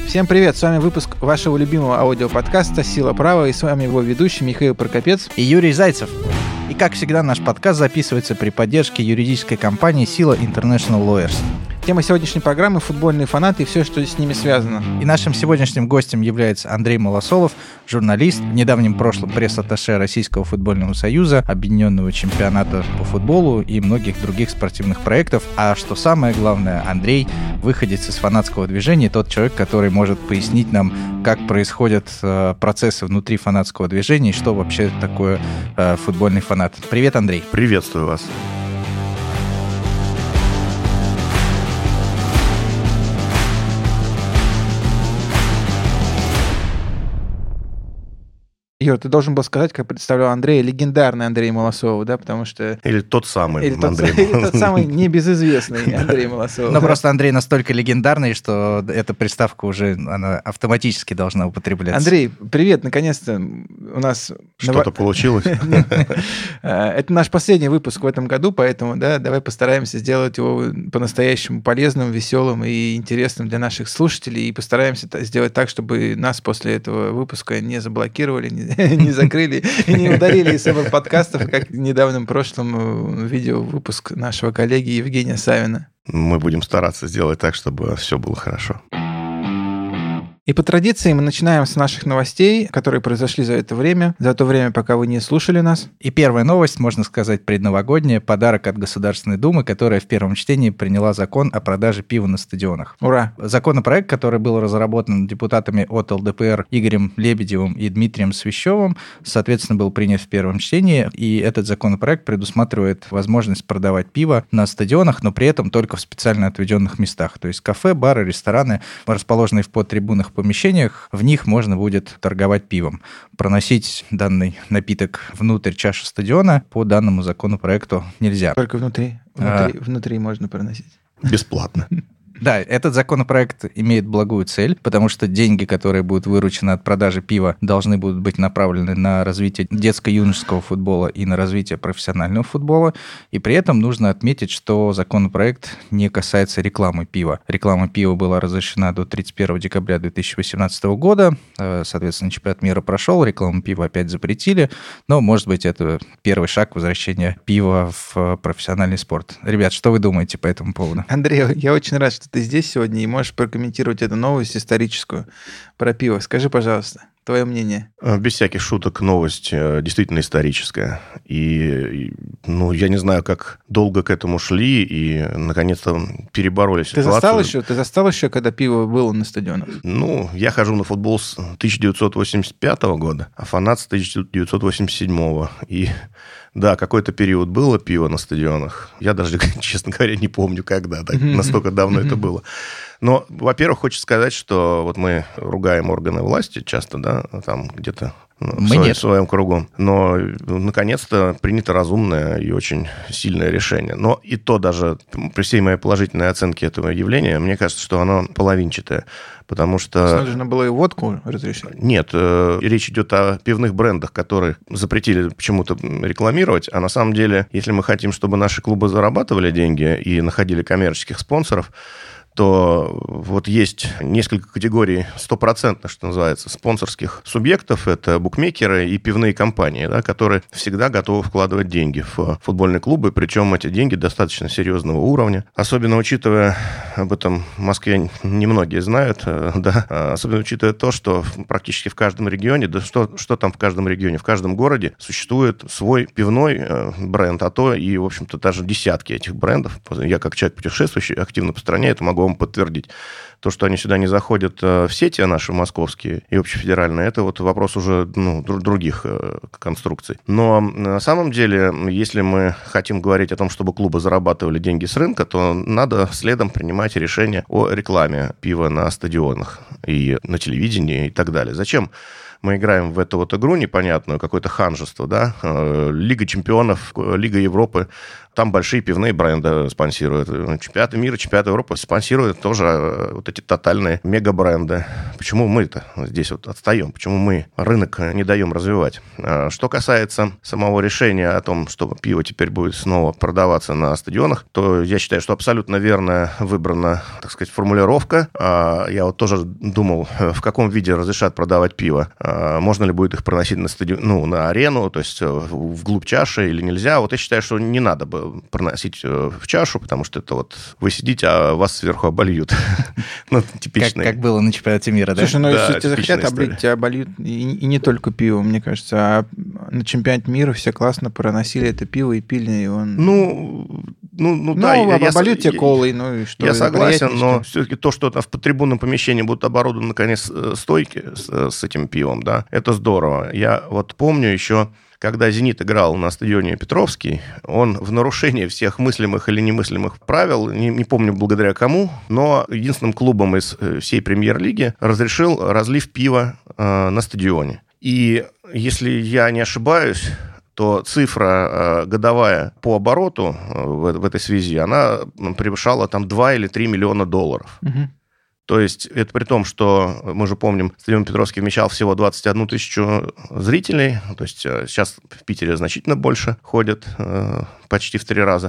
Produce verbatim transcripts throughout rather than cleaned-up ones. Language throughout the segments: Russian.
Всем привет, с вами выпуск вашего любимого аудиоподкаста «Сила права», и с вами его ведущий Михаил Прокопец и Юрий Зайцев. И как всегда, наш подкаст записывается при поддержке юридической компании «Сила International Lawyers». Тема сегодняшней программы – футбольные фанаты и все, что с ними связано. И нашим сегодняшним гостем является Андрей Малосолов, журналист, в недавнем прошлом пресс-атташе Российского футбольного союза, Объединенного чемпионата по футболу и многих других спортивных проектов. А что самое главное, Андрей – выходец из фанатского движения, тот человек, который может пояснить нам, как происходят э, процессы внутри фанатского движения и что вообще такое э, футбольный фанат. Привет, Андрей. Приветствую вас. Юр, ты должен был сказать, как представлял Андрея, легендарный Андрей Малосолов, да, потому что... Или тот самый Или тот, Андрей или тот самый небезызвестный Андрей Малосолов. Но просто Андрей настолько легендарный, что эта приставка уже она автоматически должна употребляться. Андрей, привет, наконец-то у нас... Что-то получилось. Это наш последний выпуск в этом году, поэтому, да, давай постараемся сделать его по-настоящему полезным, веселым и интересным для наших слушателей, и постараемся сделать так, чтобы нас после этого выпуска не заблокировали, не не закрыли и не удалили из Apple подкастов, как в недавнем прошлом видео выпуск нашего коллеги Евгения Савина. Мы будем стараться сделать так, чтобы все было хорошо. И по традиции мы начинаем с наших новостей, которые произошли за это время, за то время, пока вы не слушали нас. И первая новость, можно сказать, предновогодняя, подарок от Государственной Думы, которая в первом чтении приняла закон о продаже пива на стадионах. Ура! Законопроект, который был разработан депутатами от эл дэ пэ эр Игорем Лебедевым и Дмитрием Свящевым, соответственно, был принят в первом чтении, и этот законопроект предусматривает возможность продавать пиво на стадионах, но при этом только в специально отведенных местах, то есть кафе, бары, рестораны, расположенные в подтрибунах помещениях, в них можно будет торговать пивом. Проносить данный напиток внутрь чаши стадиона по данному законопроекту нельзя. Только внутри? Внутри, а... внутри можно проносить. Бесплатно. Да, этот законопроект имеет благую цель, потому что деньги, которые будут выручены от продажи пива, должны будут быть направлены на развитие детско-юношеского футбола и на развитие профессионального футбола. И при этом нужно отметить, что законопроект не касается рекламы пива. Реклама пива была разрешена до тридцать первого декабря две тысячи восемнадцатого года. Соответственно, чемпионат мира прошел, рекламу пива опять запретили. Но, может быть, это первый шаг возвращения пива в профессиональный спорт. Ребят, что вы думаете по этому поводу? Андрей, я очень рад, что ты здесь сегодня и можешь прокомментировать эту новость историческую про пиво. Скажи, пожалуйста, твое мнение. Без всяких шуток, новость действительно историческая. И, ну, я не знаю, как долго к этому шли и, наконец-то, перебороли ты ситуацию. Застал еще, ты застал еще, когда пиво было на стадионах? Ну, я хожу на футбол с тысяча девятьсот восемьдесят пятого года, а фанат с тысяча девятьсот восемьдесят седьмого. И... Да, какой-то период было пиво на стадионах. Я даже, честно говоря, не помню, когда. Так, настолько давно это было. Но, во-первых, хочется сказать, что вот мы ругаем органы власти часто, да, там где-то в, свой, в своем кругу. Но, наконец-то, принято разумное и очень сильное решение. Но и то даже при всей моей положительной оценке этого явления, мне кажется, что оно половинчатое. Потому что... Нужно было и водку разрешить? Нет, э, речь идет о пивных брендах, которые запретили почему-то рекламировать. А на самом деле, если мы хотим, чтобы наши клубы зарабатывали деньги и находили коммерческих спонсоров, то вот есть несколько категорий стопроцентно, что называется, спонсорских субъектов. Это букмекеры и пивные компании, да, которые всегда готовы вкладывать деньги в футбольные клубы, причем эти деньги достаточно серьезного уровня. Особенно учитывая, об этом в Москве немногие знают, да, особенно учитывая то, что практически в каждом регионе, да что, что там в каждом регионе, в каждом городе существует свой пивной бренд, а то и, в общем-то, даже десятки этих брендов. Я, как человек путешествующий, активно по стране, это могу вам подтвердить. То, что они сюда не заходят в сети наши московские и общефедеральные, это вот вопрос уже ну, других конструкций. Но на самом деле, если мы хотим говорить о том, чтобы клубы зарабатывали деньги с рынка, то надо следом принимать решение о рекламе пива на стадионах и на телевидении и так далее. Зачем мы играем в эту вот игру непонятную, какое-то ханжество, да? Лига чемпионов, Лига Европы, там большие пивные бренды спонсируют. Чемпионаты мира, чемпионаты Европы спонсируют тоже вот эти тотальные мегабренды. Почему мы-то здесь вот отстаем? Почему мы рынок не даем развивать? Что касается самого решения о том, что пиво теперь будет снова продаваться на стадионах, то я считаю, что абсолютно верно выбрана, так сказать, формулировка. Я вот тоже думал, в каком виде разрешат продавать пиво. Можно ли будет их проносить на стадион, ну, на арену, то есть вглубь чаши или нельзя. Вот я считаю, что не надо бы проносить в чашу, потому что это вот вы сидите, а вас сверху обольют. Ну, типичный. Как было на чемпионате мира, да? Слушай, ну если тебя захотят облить, тебя обольют и не только пиво, мне кажется, а на чемпионате мира все классно проносили это пиво и пили его. Ну, ну, ну да. Ну, обольют тебя колой, ну и что? Я согласен, но все-таки то, что в трибунном помещении будут оборудованы, наконец, стойки с этим пивом, да, это здорово. Я вот помню еще, когда «Зенит» играл на стадионе Петровский, он в нарушении всех мыслимых или немыслимых правил, не, не помню благодаря кому, но единственным клубом из всей премьер-лиги разрешил разлив пива э, на стадионе. И если я не ошибаюсь, то цифра э, годовая по обороту э, в, в этой связи, она превышала там два или три миллиона долларов. Угу. То есть это при том, что, мы же помним, стадион Петровский вмещал всего двадцать одну тысячу зрителей, то есть сейчас в Питере значительно больше ходят, почти в три раза.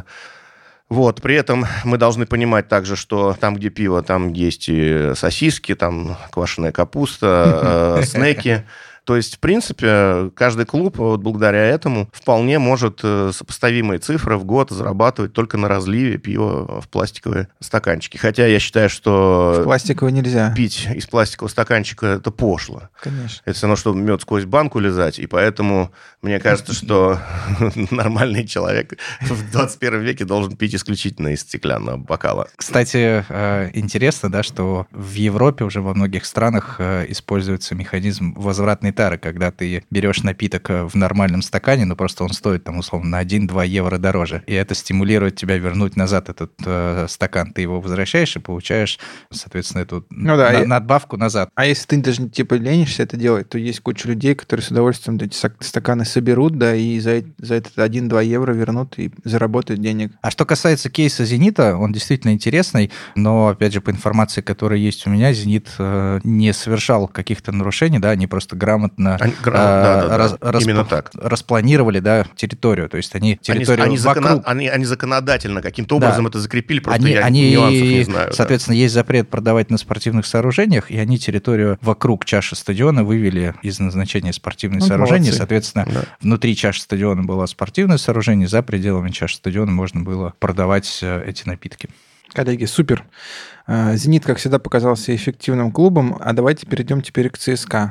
Вот, при этом мы должны понимать также, что там, где пиво, там есть и сосиски, там квашеная капуста, снеки. То есть, в принципе, каждый клуб вот благодаря этому вполне может сопоставимые цифры в год зарабатывать только на разливе пива в пластиковые стаканчики. Хотя я считаю, что... В пластиковый нельзя. Пить из пластикового стаканчика – это пошло. Конечно. Это все равно, что мед сквозь банку лизать. И поэтому мне кажется, что нормальный человек в двадцать первом веке должен пить исключительно из стеклянного бокала. Кстати, интересно, да, что в Европе уже во многих странах используется механизм возвратной тары, когда ты берешь напиток в нормальном стакане, но просто он стоит, там, условно, на один-два евро дороже. И это стимулирует тебя вернуть назад этот э, стакан. Ты его возвращаешь и получаешь, соответственно, эту ну, да, на- и... надбавку назад. А если ты даже типа ленишься это делать, то есть куча людей, которые с удовольствием эти стаканы соберут, да, и за, за этот один-два евро вернут и заработают денег. А что касается кейса «Зенита», он действительно интересный, но, опять же, по информации, которая есть у меня, «Зенит» э, не совершал каких-то нарушений, да, они просто грамотно Они, а, да, да, рас, да. Расп, Именно так. распланировали, да, территорию. То есть они территорию они, они, вокруг... закона, они, они законодательно каким-то образом да. это закрепили, просто они, я они, нюансов не знаю. Соответственно, да. есть запрет продавать на спортивных сооружениях, и они территорию вокруг чаши стадиона вывели из назначения спортивных ну, сооружений. Молодцы. Соответственно, да. внутри чаши стадиона было спортивное сооружение, за пределами чаши стадиона можно было продавать эти напитки. Коллеги, супер. «Зенит», как всегда, показался эффективным клубом, а давайте перейдем теперь к ЦСКА.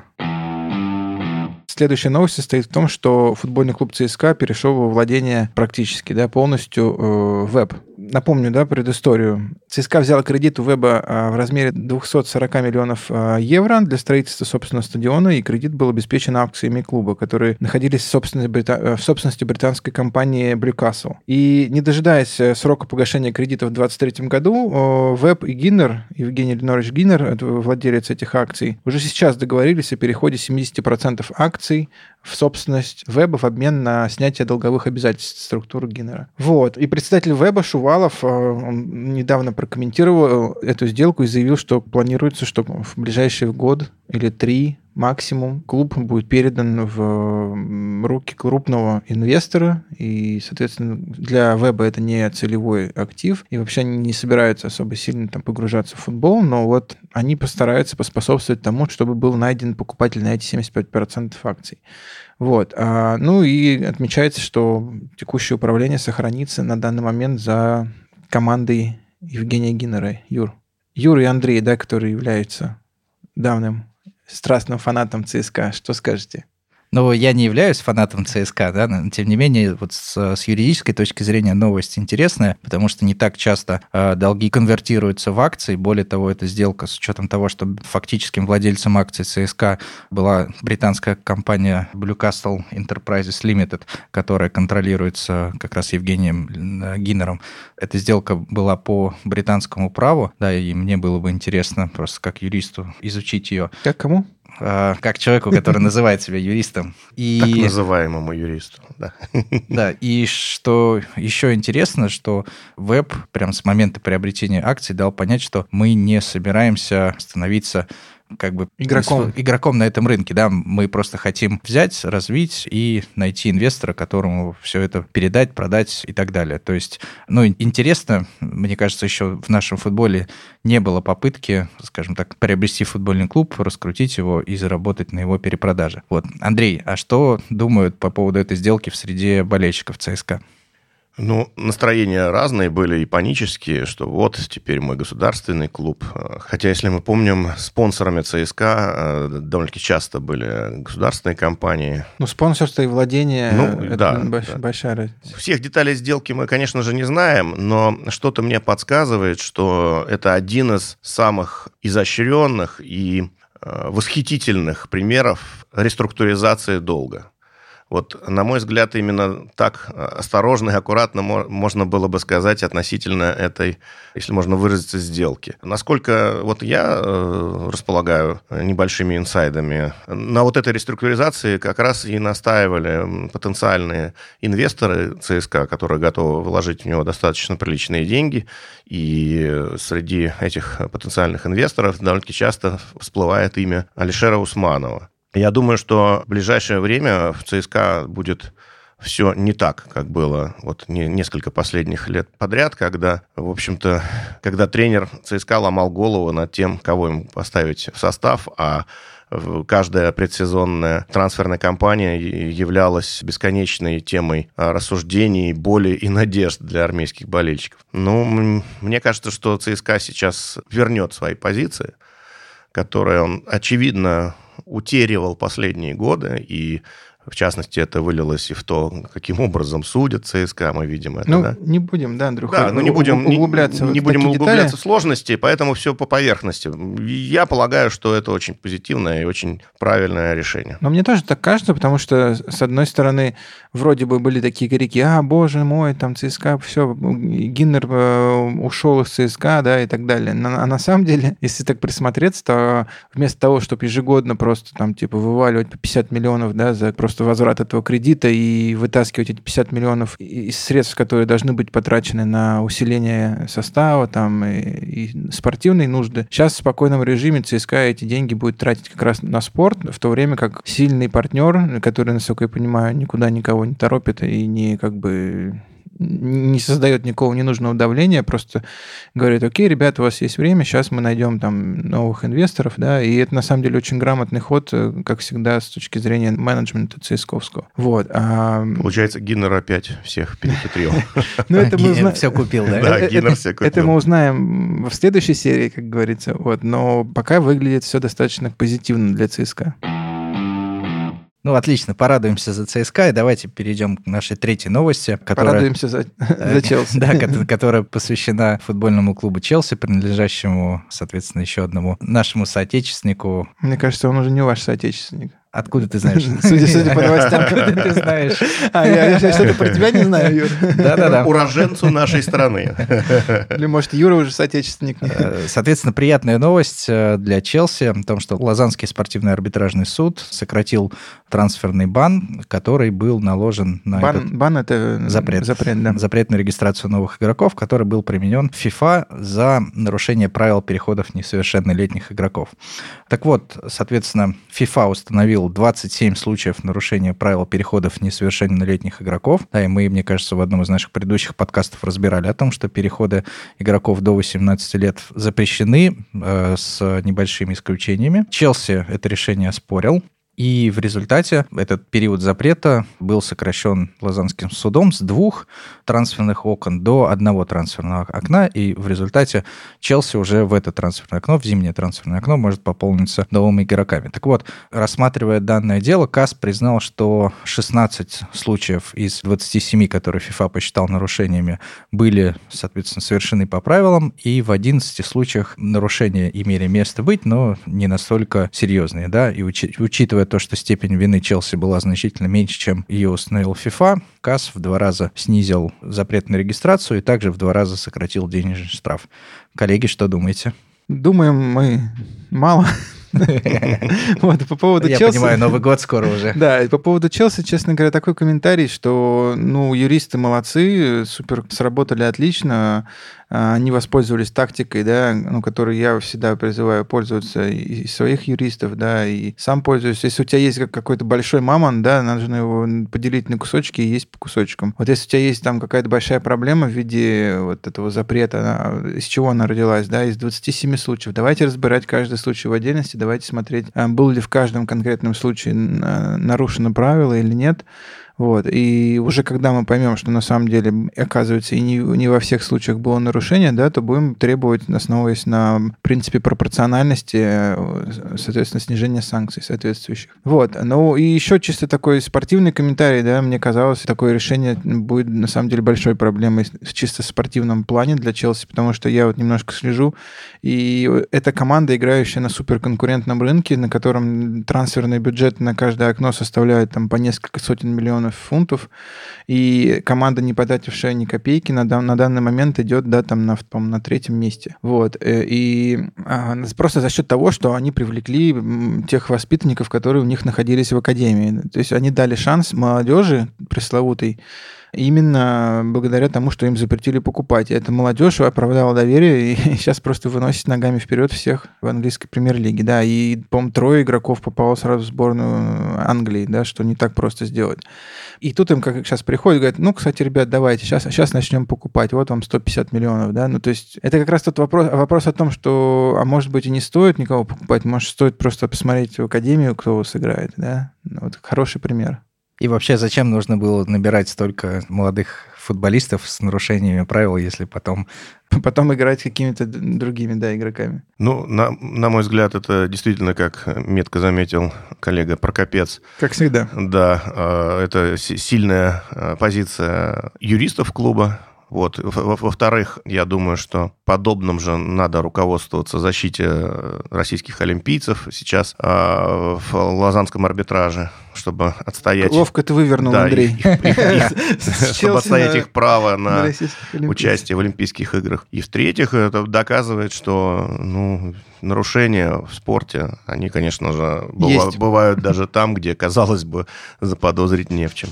Следующая новость состоит в том, что футбольный клуб ЦСКА перешел во владение практически да, полностью э, ВЭБ. Напомню, да, предысторию. ЦСКА взял кредит у ВЭБа э, в размере двести сорок миллионов э, евро для строительства собственного стадиона, и кредит был обеспечен акциями клуба, которые находились в собственности, брита... в собственности британской компании Blue Castle. И не дожидаясь срока погашения кредита в двадцать третьем году, э, ВЭБ и Гиннер, Евгений Ленорович Гиннер, владелец этих акций, уже сейчас договорились о переходе семьдесят процентов акций в собственность ВЭБа в обмен на снятие долговых обязательств структуры Гиннера. Вот. И представитель ВЭБа Шувалов он недавно прокомментировал эту сделку и заявил, что планируется, что в ближайший год или три максимум клуб будет передан в руки крупного инвестора, и, соответственно, для ВЭБа это не целевой актив, и вообще они не собираются особо сильно там погружаться в футбол, но вот они постараются поспособствовать тому, чтобы был найден покупатель на эти семьдесят пять процентов акций. Вот. А, ну и отмечается, что текущее управление сохранится на данный момент за командой Евгения Гиннера. Юр. Юр и Андрей, да, которые являются давним страстным фанатом ЦСКА. Что скажете? Ну, я не являюсь фанатом ЦСКА, да, но тем не менее, вот с, с юридической точки зрения новость интересная, потому что не так часто э, долги конвертируются в акции. Более того, эта сделка с учетом того, что фактическим владельцем акций ЦСКА была британская компания Blue Castle Enterprises Limited, которая контролируется как раз Евгением Гиннером. Эта сделка была по британскому праву, да, и мне было бы интересно просто как юристу изучить ее. Как кому? как человеку, который называет себя юристом. И... Так называемому юристу, да. Да, и что еще интересно, что веб прям с момента приобретения акций дал понять, что мы не собираемся становиться как бы игроком. игроком на этом рынке, да, мы просто хотим взять, развить и найти инвестора, которому все это передать, продать и так далее. То есть, ну, интересно, мне кажется, еще в нашем футболе не было попытки, скажем так, приобрести футбольный клуб, раскрутить его и заработать на его перепродаже. Вот, Андрей, а что думают по поводу этой сделки в среде болельщиков ЦСКА? Ну, настроения разные были и панические, что вот теперь мы государственный клуб. Хотя, если мы помним, спонсорами ЦСКА довольно-таки часто были государственные компании. Ну, спонсорство и владение ну, – это да, больш, да. большая разница. Всех деталей сделки мы, конечно же, не знаем, но что-то мне подсказывает, что это один из самых изощренных и восхитительных примеров реструктуризации долга. Вот, на мой взгляд, именно так осторожно и аккуратно можно было бы сказать относительно этой, если можно выразиться, сделки. Насколько вот я располагаю небольшими инсайдами, на вот этой реструктуризации как раз и настаивали потенциальные инвесторы ЦСКА, которые готовы вложить в него достаточно приличные деньги, и среди этих потенциальных инвесторов довольно-таки часто всплывает имя Алишера Усманова. Я думаю, что в ближайшее время в ЦСКА будет все не так, как было вот не, несколько последних лет подряд, когда, в общем-то, когда тренер ЦСКА ломал голову над тем, кого им поставить в состав, а каждая предсезонная трансферная кампания являлась бесконечной темой рассуждений, боли и надежд для армейских болельщиков. Ну, мне кажется, что ЦСКА сейчас вернет свои позиции, которые он, очевидно, утеривал последние годы, и в частности это вылилось и в то, каким образом судят ЦСКА, мы видим это. Ну, да? не будем, да, Андрюха, да, ну, не будем углубляться, не, вот не в будем такие углубляться детали. в сложности, поэтому все по поверхности. Я полагаю, что это очень позитивное и очень правильное решение. Но мне тоже так кажется, потому что, с одной стороны, вроде бы были такие крики: а, боже мой, там ЦСКА, все, Гиннер ушел из ЦСКА, да, и так далее. А на самом деле, если так присмотреться, то вместо того, чтобы ежегодно просто там, типа, вываливать по пятьдесят миллионов, да, за просто возврат этого кредита, кредита и вытаскивать эти пятьдесят миллионов из средств, которые должны быть потрачены на усиление состава там, и, и спортивные нужды. Сейчас в спокойном режиме ЦСКА эти деньги будет тратить как раз на спорт, в то время как сильный партнер, который, насколько я понимаю, никуда никого не торопит и не как бы не создает никакого ненужного давления, просто говорит: окей, ребята, у вас есть время, сейчас мы найдем там новых инвесторов, да, и это на самом деле очень грамотный ход, как всегда, с точки зрения менеджмента ЦСКАовского. Вот. А... Получается, Гиннер опять всех перехитрил. Ну, это мы узнаем. Все купил, да? Да, Гиннер все купил. Это мы узнаем в следующей серии, как говорится, вот, но пока выглядит все достаточно позитивно для ЦСКА. Ну, отлично, порадуемся за ЦСКА, и давайте перейдем к нашей третьей новости. Которая... Порадуемся за, за Челси. Да, которая посвящена футбольному клубу Челси, принадлежащему, соответственно, еще одному нашему соотечественнику. Мне кажется, он уже не ваш соотечественник. Откуда ты знаешь? Судя, судя по новостям. Откуда ты знаешь? А, я, я что-то про тебя не знаю, Юр. Да-да-да. Уроженцу нашей страны. Или, может, Юра уже соотечественник. Соответственно, приятная новость для Челси о том, что Лозаннский спортивный арбитражный суд сократил трансферный бан, который был наложен на бан, этот... Бан — это запрет. Запрет, да. Запрет на регистрацию новых игроков, который был применен FIFA за нарушение правил переходов несовершеннолетних игроков. Так вот, соответственно, FIFA установил двадцать семь случаев нарушения правил переходов несовершеннолетних игроков. Да, и мы, мне кажется, в одном из наших предыдущих подкастов разбирали о том, что переходы игроков до восемнадцати лет запрещены э, с небольшими исключениями. Челси это решение оспорил. И в результате этот период запрета был сокращен Лозаннским судом с двух трансферных окон до одного трансферного окна, и в результате Челси уже в это трансферное окно, в зимнее трансферное окно, может пополниться новыми игроками. Так вот, рассматривая данное дело, КАС признал, что шестнадцать случаев из двадцати семи, которые FIFA посчитал нарушениями, были, соответственно, совершены по правилам, и в одиннадцати случаях нарушения имели место быть, но не настолько серьезные, да, и учи- учитывая то, что степень вины Челси была значительно меньше, чем ее установил FIFA, КАС в два раза снизил запрет на регистрацию и также в два раза сократил денежный штраф. Коллеги, что думаете? Думаем мы мало. Вот, по поводу Я Челси... понимаю, Новый год скоро уже. Да, и по поводу Челси, честно говоря, такой комментарий, что, ну, юристы молодцы, супер сработали отлично, они воспользовались тактикой, да, ну, которой я всегда призываю пользоваться и своих юристов, да, и сам пользуюсь. Если у тебя есть какой-то большой мамон, да, нужно его поделить на кусочки и есть по кусочкам. Вот если у тебя есть там какая-то большая проблема в виде вот этого запрета, из чего она родилась, да, из двадцати семи случаев, давайте разбирать каждый случай в отдельности, давайте смотреть, был ли в каждом конкретном случае нарушено правило или нет. Вот. И уже когда мы поймем, что на самом деле, оказывается, и не, не во всех случаях было нарушение, да, то будем требовать, основываясь на принципе пропорциональности, соответственно, снижения санкций соответствующих. Вот. Ну и еще чисто такой спортивный комментарий, да, мне казалось, такое решение будет на самом деле большой проблемой в чисто спортивном плане для Челси, потому что я вот немножко слежу, и это команда, играющая на суперконкурентном рынке, на котором трансферный бюджет на каждое окно составляет там по несколько сотен миллионов фунтов, и команда, не потратившая ни копейки, на, на данный момент идет, да, там на, на третьем месте. Вот. И а, просто за счет того, что они привлекли тех воспитанников, которые у них находились в академии. То есть они дали шанс молодежи пресловутой, именно благодаря тому, что им запретили покупать. И эта молодежь оправдала доверие и сейчас просто выносит ногами вперед всех в английской премьер-лиге. Да, и, по-моему, трое игроков попало сразу в сборную Англии, да, что не так просто сделать. И тут им как сейчас приходят, говорят, ну, кстати, ребят, давайте, сейчас, сейчас начнем покупать, вот вам сто пятьдесят миллионов, да, ну, то есть это как раз тот вопрос, вопрос о том, что, а может быть, и не стоит никого покупать, может, стоит просто посмотреть в академию, кто сыграет, да, вот хороший пример. И вообще, зачем нужно было набирать столько молодых футболистов с нарушениями правил, если потом... Потом играть какими-то другими, да, игроками. Ну, на, на мой взгляд, это действительно, как метко заметил коллега Прокопец. Как всегда. Да, это сильная позиция юристов клуба. Вот. Во-вторых, я думаю, что подобным же надо руководствоваться защите российских олимпийцев сейчас в лозаннском арбитраже, чтобы отстоять... Ловко ты вывернул, да, Андрей. Их, их, их, чтобы отстоять их право на, на участие в Олимпийских играх. И в-третьих, это доказывает, что ну, нарушения в спорте, они, конечно же, быва- бывают даже там, где, казалось бы, заподозрить не в чем.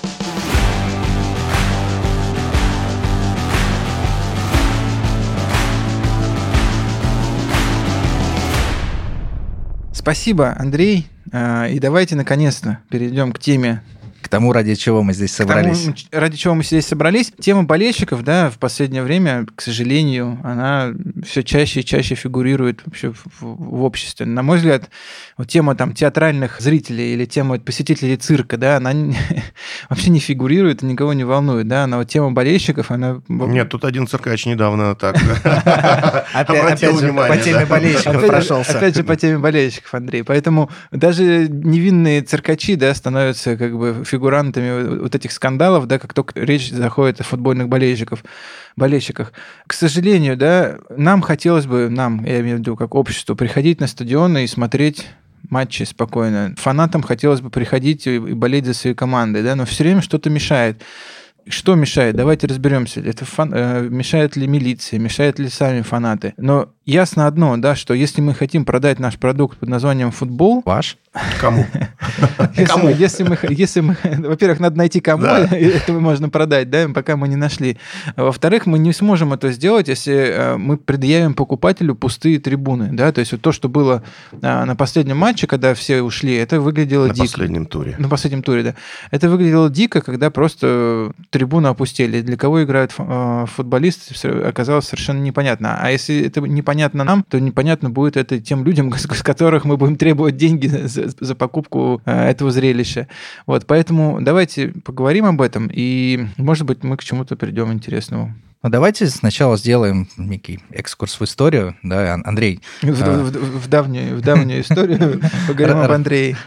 Спасибо, Андрей. И давайте, наконец-то, перейдем к теме. К тому, ради чего мы здесь собрались. К тому, ради чего мы здесь собрались. Тема болельщиков, да, в последнее время, к сожалению, она все чаще и чаще фигурирует вообще в, в обществе. На мой взгляд, вот тема там театральных зрителей или тема посетителей цирка, да, она не, вообще не фигурирует и никого не волнует, да, но вот тема болельщиков, она... Нет, тут один циркач недавно так опять же, по теме болельщиков прошелся. Опять же, по теме болельщиков, Андрей. Поэтому даже невинные циркачи, да, становятся как бы фигурантами вот этих скандалов, да, как только речь заходит о футбольных болельщиков, болельщиках. К сожалению, да, нам хотелось бы, нам, я имею в виду, как обществу, приходить на стадионы и смотреть матчи спокойно. Фанатам хотелось бы приходить и болеть за свои команды, да, но все время что-то мешает. Что мешает? Давайте разберемся. Это фан... мешает ли милиция, мешает ли сами фанаты? Но ясно одно, да, что если мы хотим продать наш продукт под названием футбол... Ваш? Кому? Если, кому? Мы, если, мы, если мы... Во-первых, надо найти кому, да. Это можно продать, да, пока мы не нашли. Во-вторых, мы не сможем это сделать, если мы предъявим покупателю пустые трибуны, да, то есть вот то, что было на последнем матче, когда все ушли, это выглядело на дико. На последнем туре. На последнем туре, да. Это выглядело дико, когда просто трибуны опустели. Для кого играют футболисты, оказалось совершенно непонятно. А если это непонятно нам, то непонятно будет это тем людям, с которых мы будем требовать деньги за, за покупку этого зрелища. Вот, поэтому давайте поговорим об этом, и, может быть, мы к чему-то придем интересному. Ну, давайте сначала сделаем некий экскурс в историю. Да, Андрей. В, а... в, в, в, давнюю, в давнюю историю поговорим об Андрее.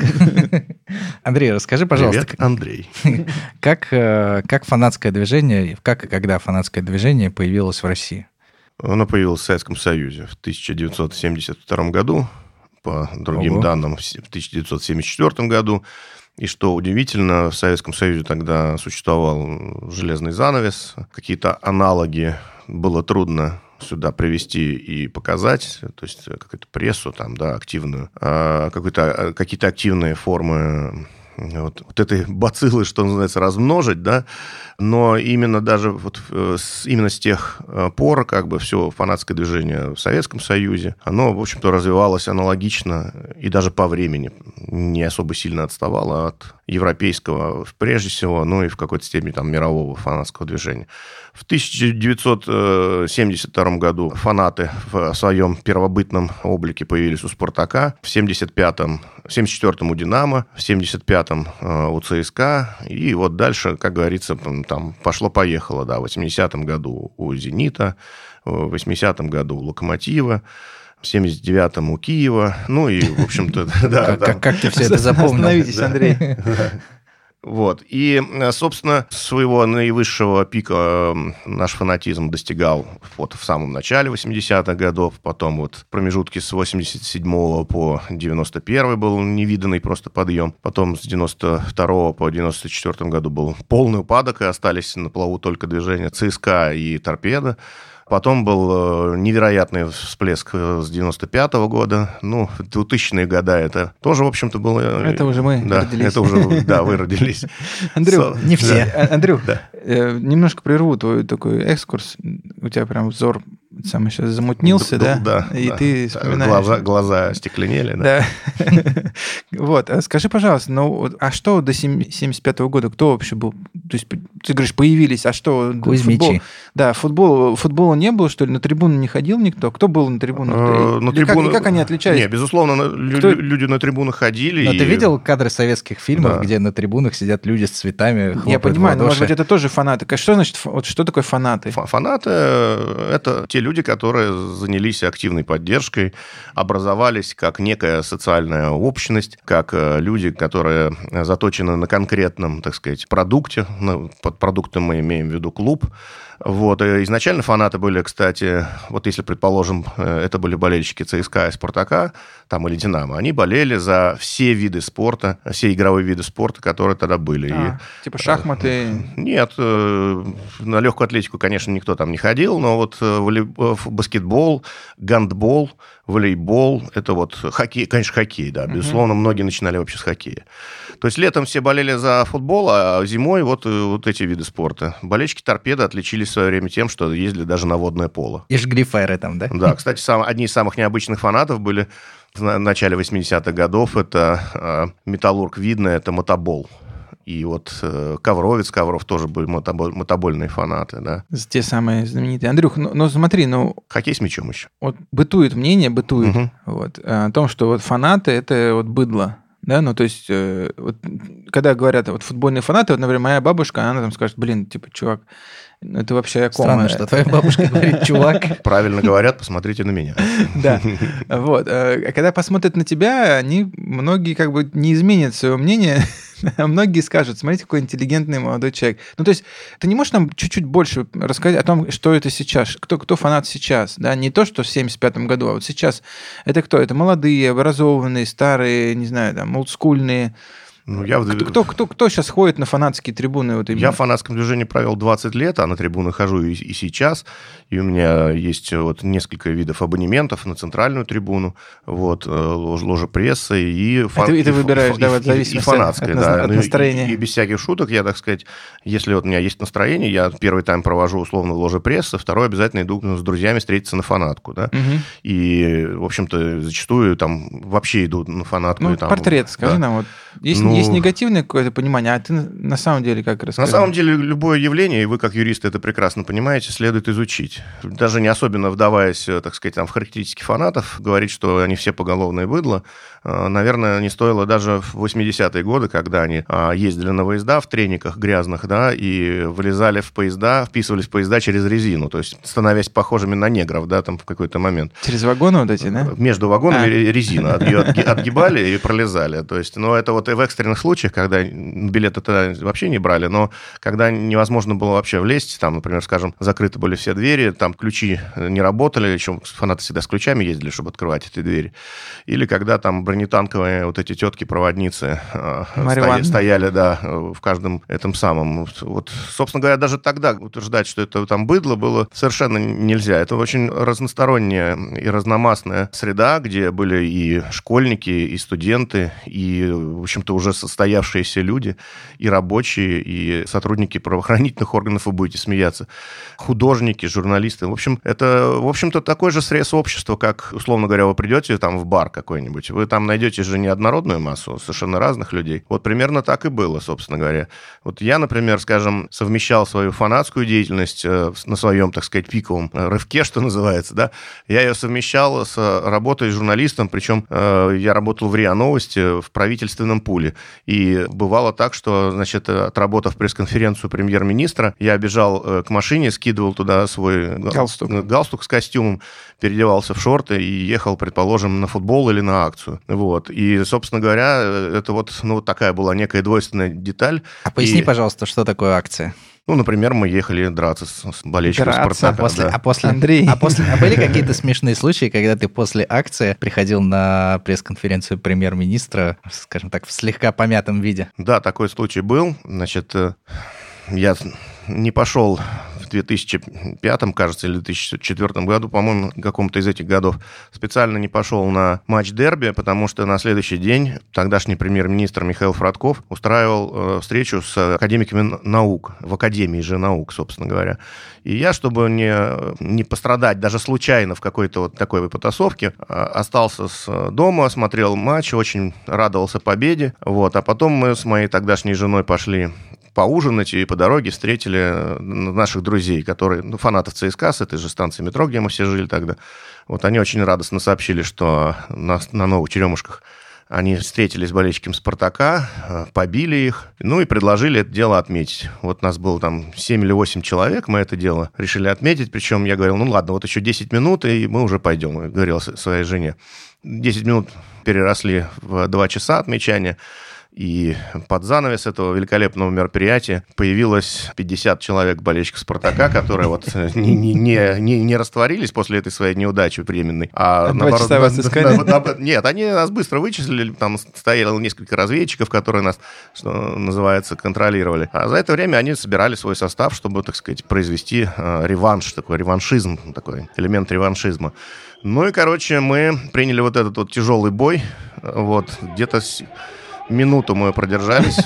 Андрей, расскажи, пожалуйста. Привет, Андрей. Как, как фанатское движение, как и когда фанатское движение появилось в России? Оно появилось в Советском Союзе в тысяча девятьсот семьдесят втором году, по другим Ого. данным, в тысяча девятьсот семьдесят четвёртом году. И что удивительно, в Советском Союзе тогда существовал железный занавес, какие-то аналоги было трудно сюда привести и показать, то есть какую-то прессу там, да, активную, какую-то, какие-то активные формы вот, вот этой бациллы, что называется, размножить, да, но именно даже вот с, именно с тех пор, как бы, все фанатское движение в Советском Союзе, оно, в общем-то, развивалось аналогично и даже по времени не особо сильно отставало от европейского, прежде всего, ну и в какой-то степени там мирового фанатского движения. В тысяча девятьсот семьдесят втором году фанаты в своем первобытном облике появились у «Спартака», в семьдесят пятом, семьдесят четвёртом у «Динамо», в семьдесят пятом у «ЦСКА», и вот дальше, как говорится, там пошло-поехало, да, в восьмидесятом году у «Зенита», в восьмидесятом году у «Локомотива», в семьдесят девятом у Киева, ну и, в общем-то, да. Как ты все это запомнил? Остановитесь, Андрей. Вот. И, собственно, своего наивысшего пика наш фанатизм достигал вот в самом начале восьмидесятых годов, потом вот в промежутке с восемьдесят седьмого по девяносто первый был невиданный просто подъем, потом с девяносто второго по девяносто четвёртом году был полный упадок, и остались на плаву только движения «ЦСКА» и «Торпедо». Потом был невероятный всплеск с девяносто пятого года. Ну, двухтысячные годы это тоже, в общем-то, было... Это уже мы да, родились. Это уже, да, вы родились. Андрю, не все. Андрю, немножко прерву твой такой экскурс. У тебя прям взор сам сейчас замутнился, да? Да. И ты вспоминаешь. Глаза остекленели, да. Вот. Скажи, пожалуйста, ну, а что до семьдесят пятого года? Кто вообще был? То есть, ты говоришь, появились, а что? Кузьмичи. Да, футбол, футбола не было, что ли? На трибуну не ходил никто? Кто был на трибунах? На трибуны... как, как они отличались? Не, безусловно, Кто... люди на трибунах ходили. Но и... ты видел кадры советских фильмов, да. где на трибунах сидят люди с цветами, Я понимаю, но, может быть, это тоже фанаты. Что значит, вот что такое фанаты? Фанаты – это те люди, которые занялись активной поддержкой, образовались как некая социальная общность, как люди, которые заточены на конкретном, так сказать, продукте. Под продуктом мы имеем в виду клуб. Вот. И изначально фанаты были, кстати, вот если, предположим, это были болельщики ЦСКА и «Спартака», там, или «Динамо», они болели за все виды спорта, все игровые виды спорта, которые тогда были. А, и, типа шахматы? Нет, на легкую атлетику, конечно, никто там не ходил, но вот баскетбол, гандбол, волейбол, это вот хоккей, конечно, хоккей, да, безусловно, uh-huh. многие начинали вообще с хоккея. То есть летом все болели за футбол, а зимой вот, вот эти виды спорта. Болельщики «Торпедо» отличились в свое время тем, что ездили даже на водное поло. И жгли фаеры там, да? Да, кстати, сам, одни из самых необычных фанатов были в начале восьмидесятых годов. Это э, металлург Видное, это мотобол. И вот э, Ковровец, Ковров тоже были мотоболь, мотобольные фанаты, да. Те самые знаменитые. Андрюх, ну, ну смотри, ну... Хоккей с мячом еще. Вот бытует мнение, бытует, угу. вот, о том, что вот фанаты – это вот быдло. Да, ну, то есть, э, вот, когда говорят, вот, футбольные фанаты, вот, например, моя бабушка, она там скажет, блин, типа, чувак, ну, это вообще о ком? Странно, что твоя бабушка говорит, чувак. Правильно говорят, посмотрите на меня. Да, вот. А когда посмотрят на тебя, они, многие как бы не изменят свое мнение, а многие скажут, смотрите, какой интеллигентный молодой человек. Ну, то есть, ты не можешь нам чуть-чуть больше рассказать о том, что это сейчас, кто, кто фанат сейчас, да, не то, что в семьдесят пятом году, а вот сейчас. Это кто? Это молодые, образованные, старые, не знаю, там, олдскульные. Ну, я... кто, кто, кто, кто сейчас ходит на фанатские трибуны? Вот я в фанатском движении провел двадцать лет, а на трибуны хожу и, и сейчас. И у меня есть вот несколько видов абонементов на центральную трибуну, вот, ложа прессы и... Фан... И ты, и ты выбираешь, и, да, вот, в зависимости и фанатская, от, да. от настроения. И, и без всяких шуток, я, так сказать, если вот у меня есть настроение, я первый тайм провожу условно в ложе прессы, второй обязательно иду с друзьями встретиться на фанатку, да. Угу. И, в общем-то, зачастую там вообще иду на фанатку. Ну, и, там, портрет, скажи да. нам, вот, есть, ну... есть негативное какое-то понимание, а ты на самом деле как расскажи? На самом деле любое явление, и вы как юрист это прекрасно понимаете, следует изучить. Даже не особенно вдаваясь, так сказать, там, в характеристики фанатов, говорить, что они все поголовное быдло, наверное, не стоило даже в восьмидесятые годы, когда они ездили на выезда в трениках грязных, да, и вылезали в поезда, вписывались в поезда через резину, то есть становясь похожими на негров, да, там в какой-то момент. Через вагоны вот эти, да? Между вагонами а. резина, ее отгибали и пролезали. То есть, ну, это вот вот и в экстренных случаях, когда билеты тогда вообще не брали, но когда невозможно было вообще влезть, там, например, скажем, закрыты были все двери, там ключи не работали, еще фанаты всегда с ключами ездили, чтобы открывать эти двери. Или когда там бронетанковые вот эти тетки-проводницы стояли, стояли, да, в каждом этом самом. Вот, собственно говоря, даже тогда утверждать, что это там быдло, было совершенно нельзя. Это очень разносторонняя и разномастная среда, где были и школьники, и студенты, и, в общем-то, уже состоявшиеся люди, и рабочие, и сотрудники правоохранительных органов, вы будете смеяться, художники, журналисты. В общем, это, в общем-то, такой же срез общества, как, условно говоря, вы придете там в бар какой-нибудь, вы там найдете же неоднородную массу совершенно разных людей. Вот примерно так и было, собственно говоря. Вот я, например, скажем, совмещал свою фанатскую деятельность э, на своем, так сказать, пиковом рывке, что называется, да, я ее совмещал с работой журналистом, причем э, я работал в РИА Новости в правительственном пуле. И бывало так, что, значит, отработав пресс-конференцию премьер-министра, я бежал э, к машине, скидывал туда свой галстук. галстук с костюмом, переодевался в шорты и ехал, предположим, на футбол или на акцию. Вот. И, собственно говоря, это вот, ну, вот такая была некая двойственная деталь. А поясни, и... пожалуйста, что такое акция? Ну, например, мы ехали драться с, с болельщиком Спартака. А после, да. а после, Андрей. А, после, а были какие-то смешные случаи, когда ты после акции приходил на пресс-конференцию премьер-министра, скажем так, в слегка помятом виде? Да, такой случай был. Значит, я не пошел в две тысячи пятом, кажется, или две тысячи четвёртом году, по-моему, каком-то из этих годов, специально не пошел на матч дерби, потому что на следующий день тогдашний премьер-министр Михаил Фродков устраивал э, встречу с академиками наук, в Академии же наук, собственно говоря. И я, чтобы не, не пострадать даже случайно в какой-то вот такой потасовке, э, остался с дома, смотрел матч, очень радовался победе. Вот. А потом мы с моей тогдашней женой пошли поужинать, и по дороге встретили наших друзей, которые, ну, фанатов ЦСКА с этой же станции метро, где мы все жили тогда. Вот они очень радостно сообщили, что на, на Новых Черемушках они встретились с болельщиками «Спартака», побили их, ну и предложили это дело отметить. Вот нас было там семь или восемь человек, мы это дело решили отметить, причем я говорил, ну ладно, вот еще десять минут, и мы уже пойдем, я говорил своей жене. десять минут переросли в два часа отмечания. И под занавес этого великолепного мероприятия появилось пятьдесят человек болельщиков «Спартака», которые вот не, не, не, не растворились после этой своей неудачи временной. А Два наоборот, часа вас искали? На, на, нет, они нас быстро вычислили, там стояло несколько разведчиков, которые нас, что называется, контролировали. А за это время они собирали свой состав, чтобы, так сказать, произвести э, реванш, такой реваншизм, такой элемент реваншизма. Ну и, короче, мы приняли вот этот вот тяжелый бой, вот, где-то... Минуту мы продержались.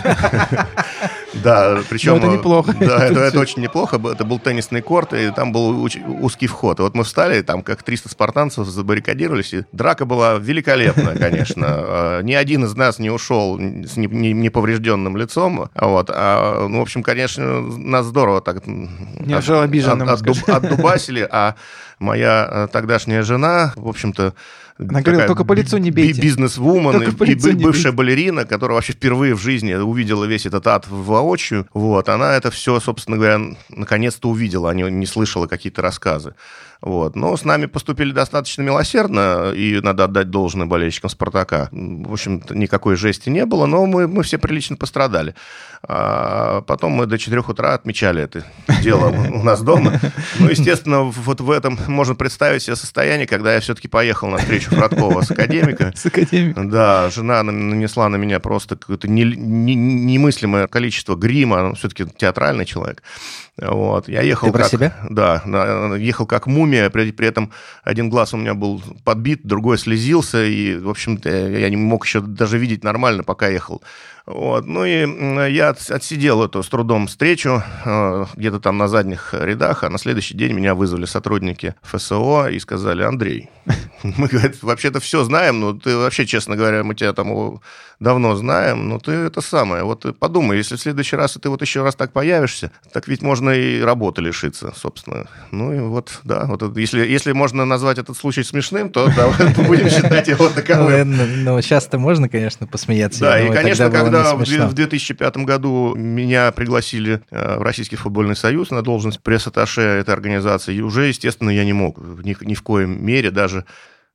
Да, причем... это неплохо. Да, это, это очень неплохо. Это был теннисный корт, и там был узкий вход. И вот мы встали, там как триста спартанцев забаррикадировались, и драка была великолепная, конечно. Ни один из нас не ушел с неповрежденным лицом. Вот. А, ну, в общем, конечно, нас здорово так... Не ожил обиженным, от, от, отдубасили, а моя тогдашняя жена, в общем-то, она говорила, только по лицу не бейте. Бизнес-вумен и, и бывшая балерина, которая вообще впервые в жизни увидела весь этот ад воочию. Вот, она это все, собственно говоря, наконец-то увидела, а не, не слышала какие-то рассказы. Вот. Но с нами поступили достаточно милосердно, и надо отдать должное болельщикам «Спартака». В общем-то, никакой жести не было, но мы, мы все прилично пострадали. А потом мы до четырех утра отмечали это дело у нас дома. Ну, естественно, вот в этом можно представить себе состояние, когда я все-таки поехал на встречу Фродкова с академиком. С академиком. Да, жена нанесла на меня просто какое-то немыслимое количество грима, она все-таки театральный человек. Вот. Я ехал Ты про как, себя? Да, ехал как мумия, при, при этом один глаз у меня был подбит, другой слезился, и, в общем-то, я не мог еще даже видеть нормально, пока ехал. Вот. Ну и я отсидел эту с трудом встречу где-то там на задних рядах, а на следующий день меня вызвали сотрудники ФСО и сказали: Андрей, мы, говорит, вообще-то все знаем, но ты вообще, честно говоря, мы тебя там давно знаем, но ты это самое, вот подумай, если в следующий раз ты вот еще раз так появишься, так ведь можно и работы лишиться, собственно. Ну и вот, да, вот если, если можно назвать этот случай смешным, то давай будем считать его таковым. Ну, сейчас-то можно, конечно, посмеяться. Да, и, конечно, когда в две тысячи пятом году меня пригласили в Российский футбольный союз на должность пресс-атташе этой организации, и уже, естественно, я не мог ни, ни в коем мере даже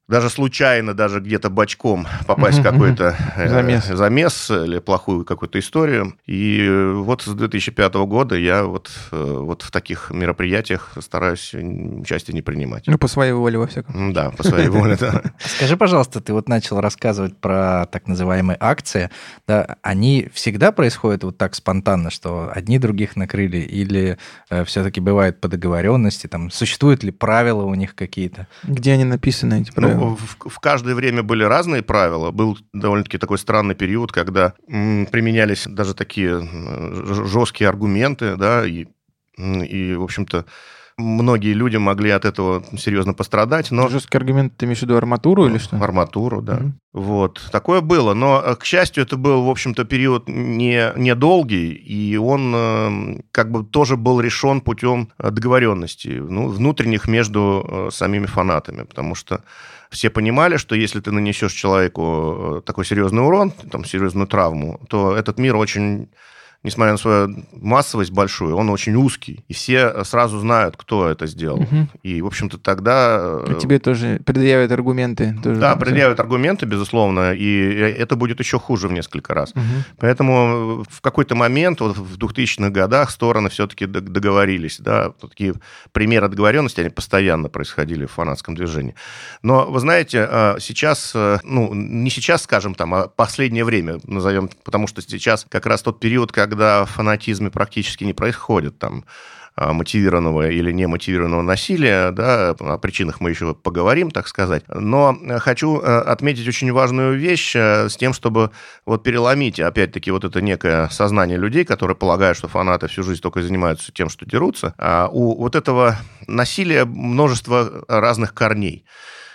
даже случайно, даже где-то бочком попасть uh-huh, в какой-то uh-huh. замес. Э, замес или плохую какую-то историю. И вот с две тысячи пятого года я вот, вот в таких мероприятиях стараюсь участие не принимать. Ну, по своей воле, во всяком случае. Да, по своей воле, да. Скажи, пожалуйста, ты вот начал рассказывать про так называемые акции. Да, они всегда происходят вот так спонтанно, что одни других накрыли, или э, все-таки бывает по договоренности? Там, существуют ли правила у них какие-то? Где они написаны, эти правила? Ну, в, в каждое время были разные правила. Был довольно-таки такой странный период, когда м, применялись даже такие жесткие аргументы, да, и, и в общем-то, многие люди могли от этого серьезно пострадать, но... Жесткий аргумент, ты имеешь в виду арматуру или что? Арматуру, да. Mm-hmm. Вот. Такое было, но, к счастью, это был, в общем-то, период не, недолгий, и он как бы тоже был решен путем договоренностей, ну, внутренних между самими фанатами, потому что все понимали, что если ты нанесешь человеку такой серьезный урон, там, серьезную травму, то этот мир очень... Несмотря на свою массовость большую, он очень узкий. И все сразу знают, кто это сделал. Угу. И, в общем-то, тогда... И тебе тоже предъявят аргументы. Тоже да, предъявят аргументы, безусловно, и это будет еще хуже в несколько раз. Угу. Поэтому в какой-то момент, вот в двухтысячных годах, стороны все-таки договорились. Да? Такие примеры договоренности, они постоянно происходили в фанатском движении. Но, вы знаете, сейчас, ну, не сейчас, скажем, там, а последнее время назовем, потому что сейчас как раз тот период, когда когда в фанатизме практически не происходит там мотивированного или немотивированного насилия, да, о причинах мы еще поговорим, так сказать. Но хочу отметить очень важную вещь с тем, чтобы вот переломить, опять-таки, вот это некое сознание людей, которые полагают, что фанаты всю жизнь только занимаются тем, что дерутся. А у вот этого насилия множество разных корней.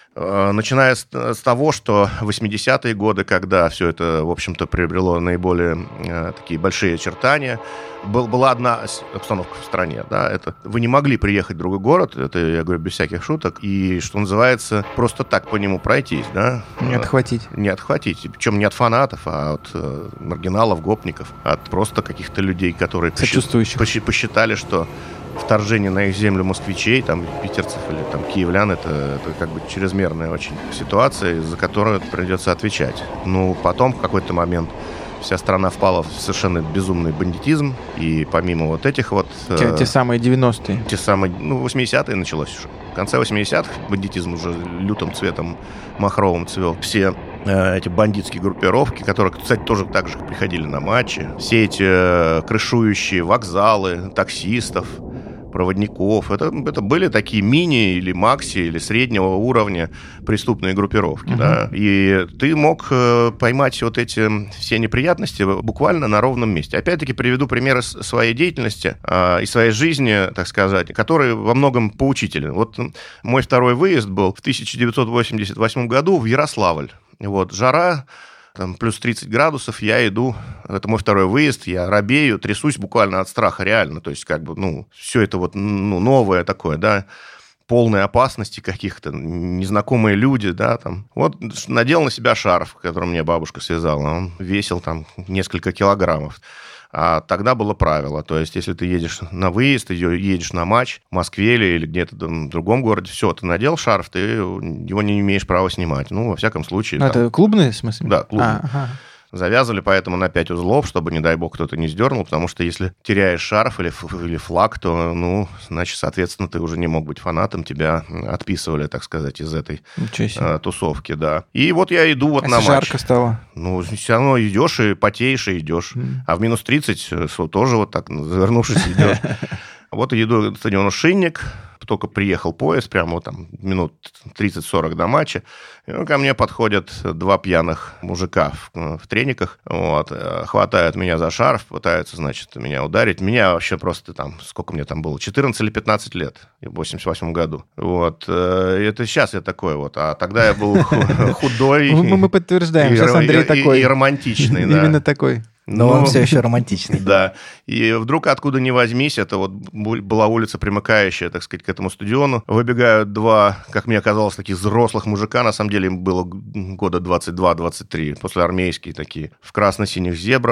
Начиная с, с того, что в восьмидесятые годы, когда все это, в общем-то, приобрело наиболее э, такие большие очертания, был, была одна обстановка в стране, да, это вы не могли приехать в другой город, это я говорю без всяких шуток, и, что называется, просто так по нему пройтись, да. Не отхватить. Не отхватить, причем не от фанатов, а от э, маргиналов, гопников, от просто каких-то людей, которые посчитали, посчитали, что вторжение на их землю москвичей, там, питерцев или там, киевлян, это, это как бы чрезмерная очень ситуация, за которую придется отвечать. Ну, потом в какой-то момент вся страна впала в совершенно безумный бандитизм, и помимо вот этих вот... Те, э, те самые девяностые. Те самые, ну, восьмидесятые началось уже. В конце восьмидесятых бандитизм уже лютым цветом махровым цвел. Все э, эти бандитские группировки, которые, кстати, тоже так же приходили на матчи. Все эти э, крышующие вокзалы, таксистов, проводников. Это, это были такие мини или макси или среднего уровня преступные группировки. Uh-huh. Да? И ты мог э, поймать вот эти все неприятности буквально на ровном месте. Опять-таки приведу примеры своей деятельности э, и своей жизни, так сказать, которые во многом поучительны. Вот мой второй выезд был в тысяча девятьсот восемьдесят восьмом году в Ярославль. Вот, жара, там, плюс тридцать градусов, я иду, это мой второй выезд, я робею, трясусь буквально от страха, реально, то есть, как бы, ну, все это вот, ну, новое такое, да, полной опасности каких-то, незнакомые люди, да, там. Вот надел на себя шарф, который мне бабушка связала, он весил там несколько килограммов. А тогда было правило, то есть, если ты едешь на выезд, ты едешь на матч в Москве или где-то в другом городе, все, ты надел шарф, ты его не имеешь права снимать. Ну, во всяком случае. А там... Это клубный, в смысле? Да, клубный. А, ага. Завязывали поэтому на пять узлов, чтобы, не дай бог, кто-то не сдернул, потому что если теряешь шарф или, или флаг, то, ну, значит, соответственно, ты уже не мог быть фанатом, тебя отписывали, так сказать, из этой а, тусовки, да. И вот я иду вот а на матч. Жарко стало? Ну, все равно идешь и потеешь, и идешь. Mm. А в минус тридцать тоже вот так, завернувшись, идешь. Вот иду к стадиону «Шинник», только приехал поезд, прямо вот там минут тридцать-сорок до матча, и ко мне подходят два пьяных мужика в, в трениках, вот, хватают меня за шарф, пытаются, значит, меня ударить. Меня вообще просто там, сколько мне там было, четырнадцать или пятнадцать лет, в восемьдесят восьмом году. Вот, это сейчас я такой вот, а тогда я был худой. Мы подтверждаем, сейчас Андрей такой. И романтичный, да. Именно такой. Но ну, он все еще романтичный. Да. И вдруг откуда ни возьмись, это вот была улица, примыкающая, так сказать, к этому стадиону. Выбегают два, как мне казалось, таких взрослых мужика. На самом деле им было года двадцать два-двадцать три, послеармейские такие, в красно-синих зебрах.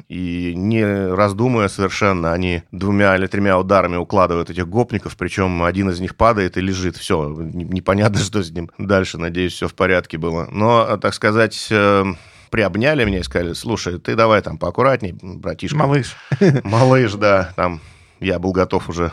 и не раздумывая совершенно, они двумя или тремя ударами укладывают этих гопников, причем один из них падает и лежит. Все, непонятно, что с ним дальше. Надеюсь, все в порядке было. Но, так сказать, приобняли меня и сказали: слушай, ты давай там поаккуратней, братишка. Малыш. Малыш, да. Там я был готов уже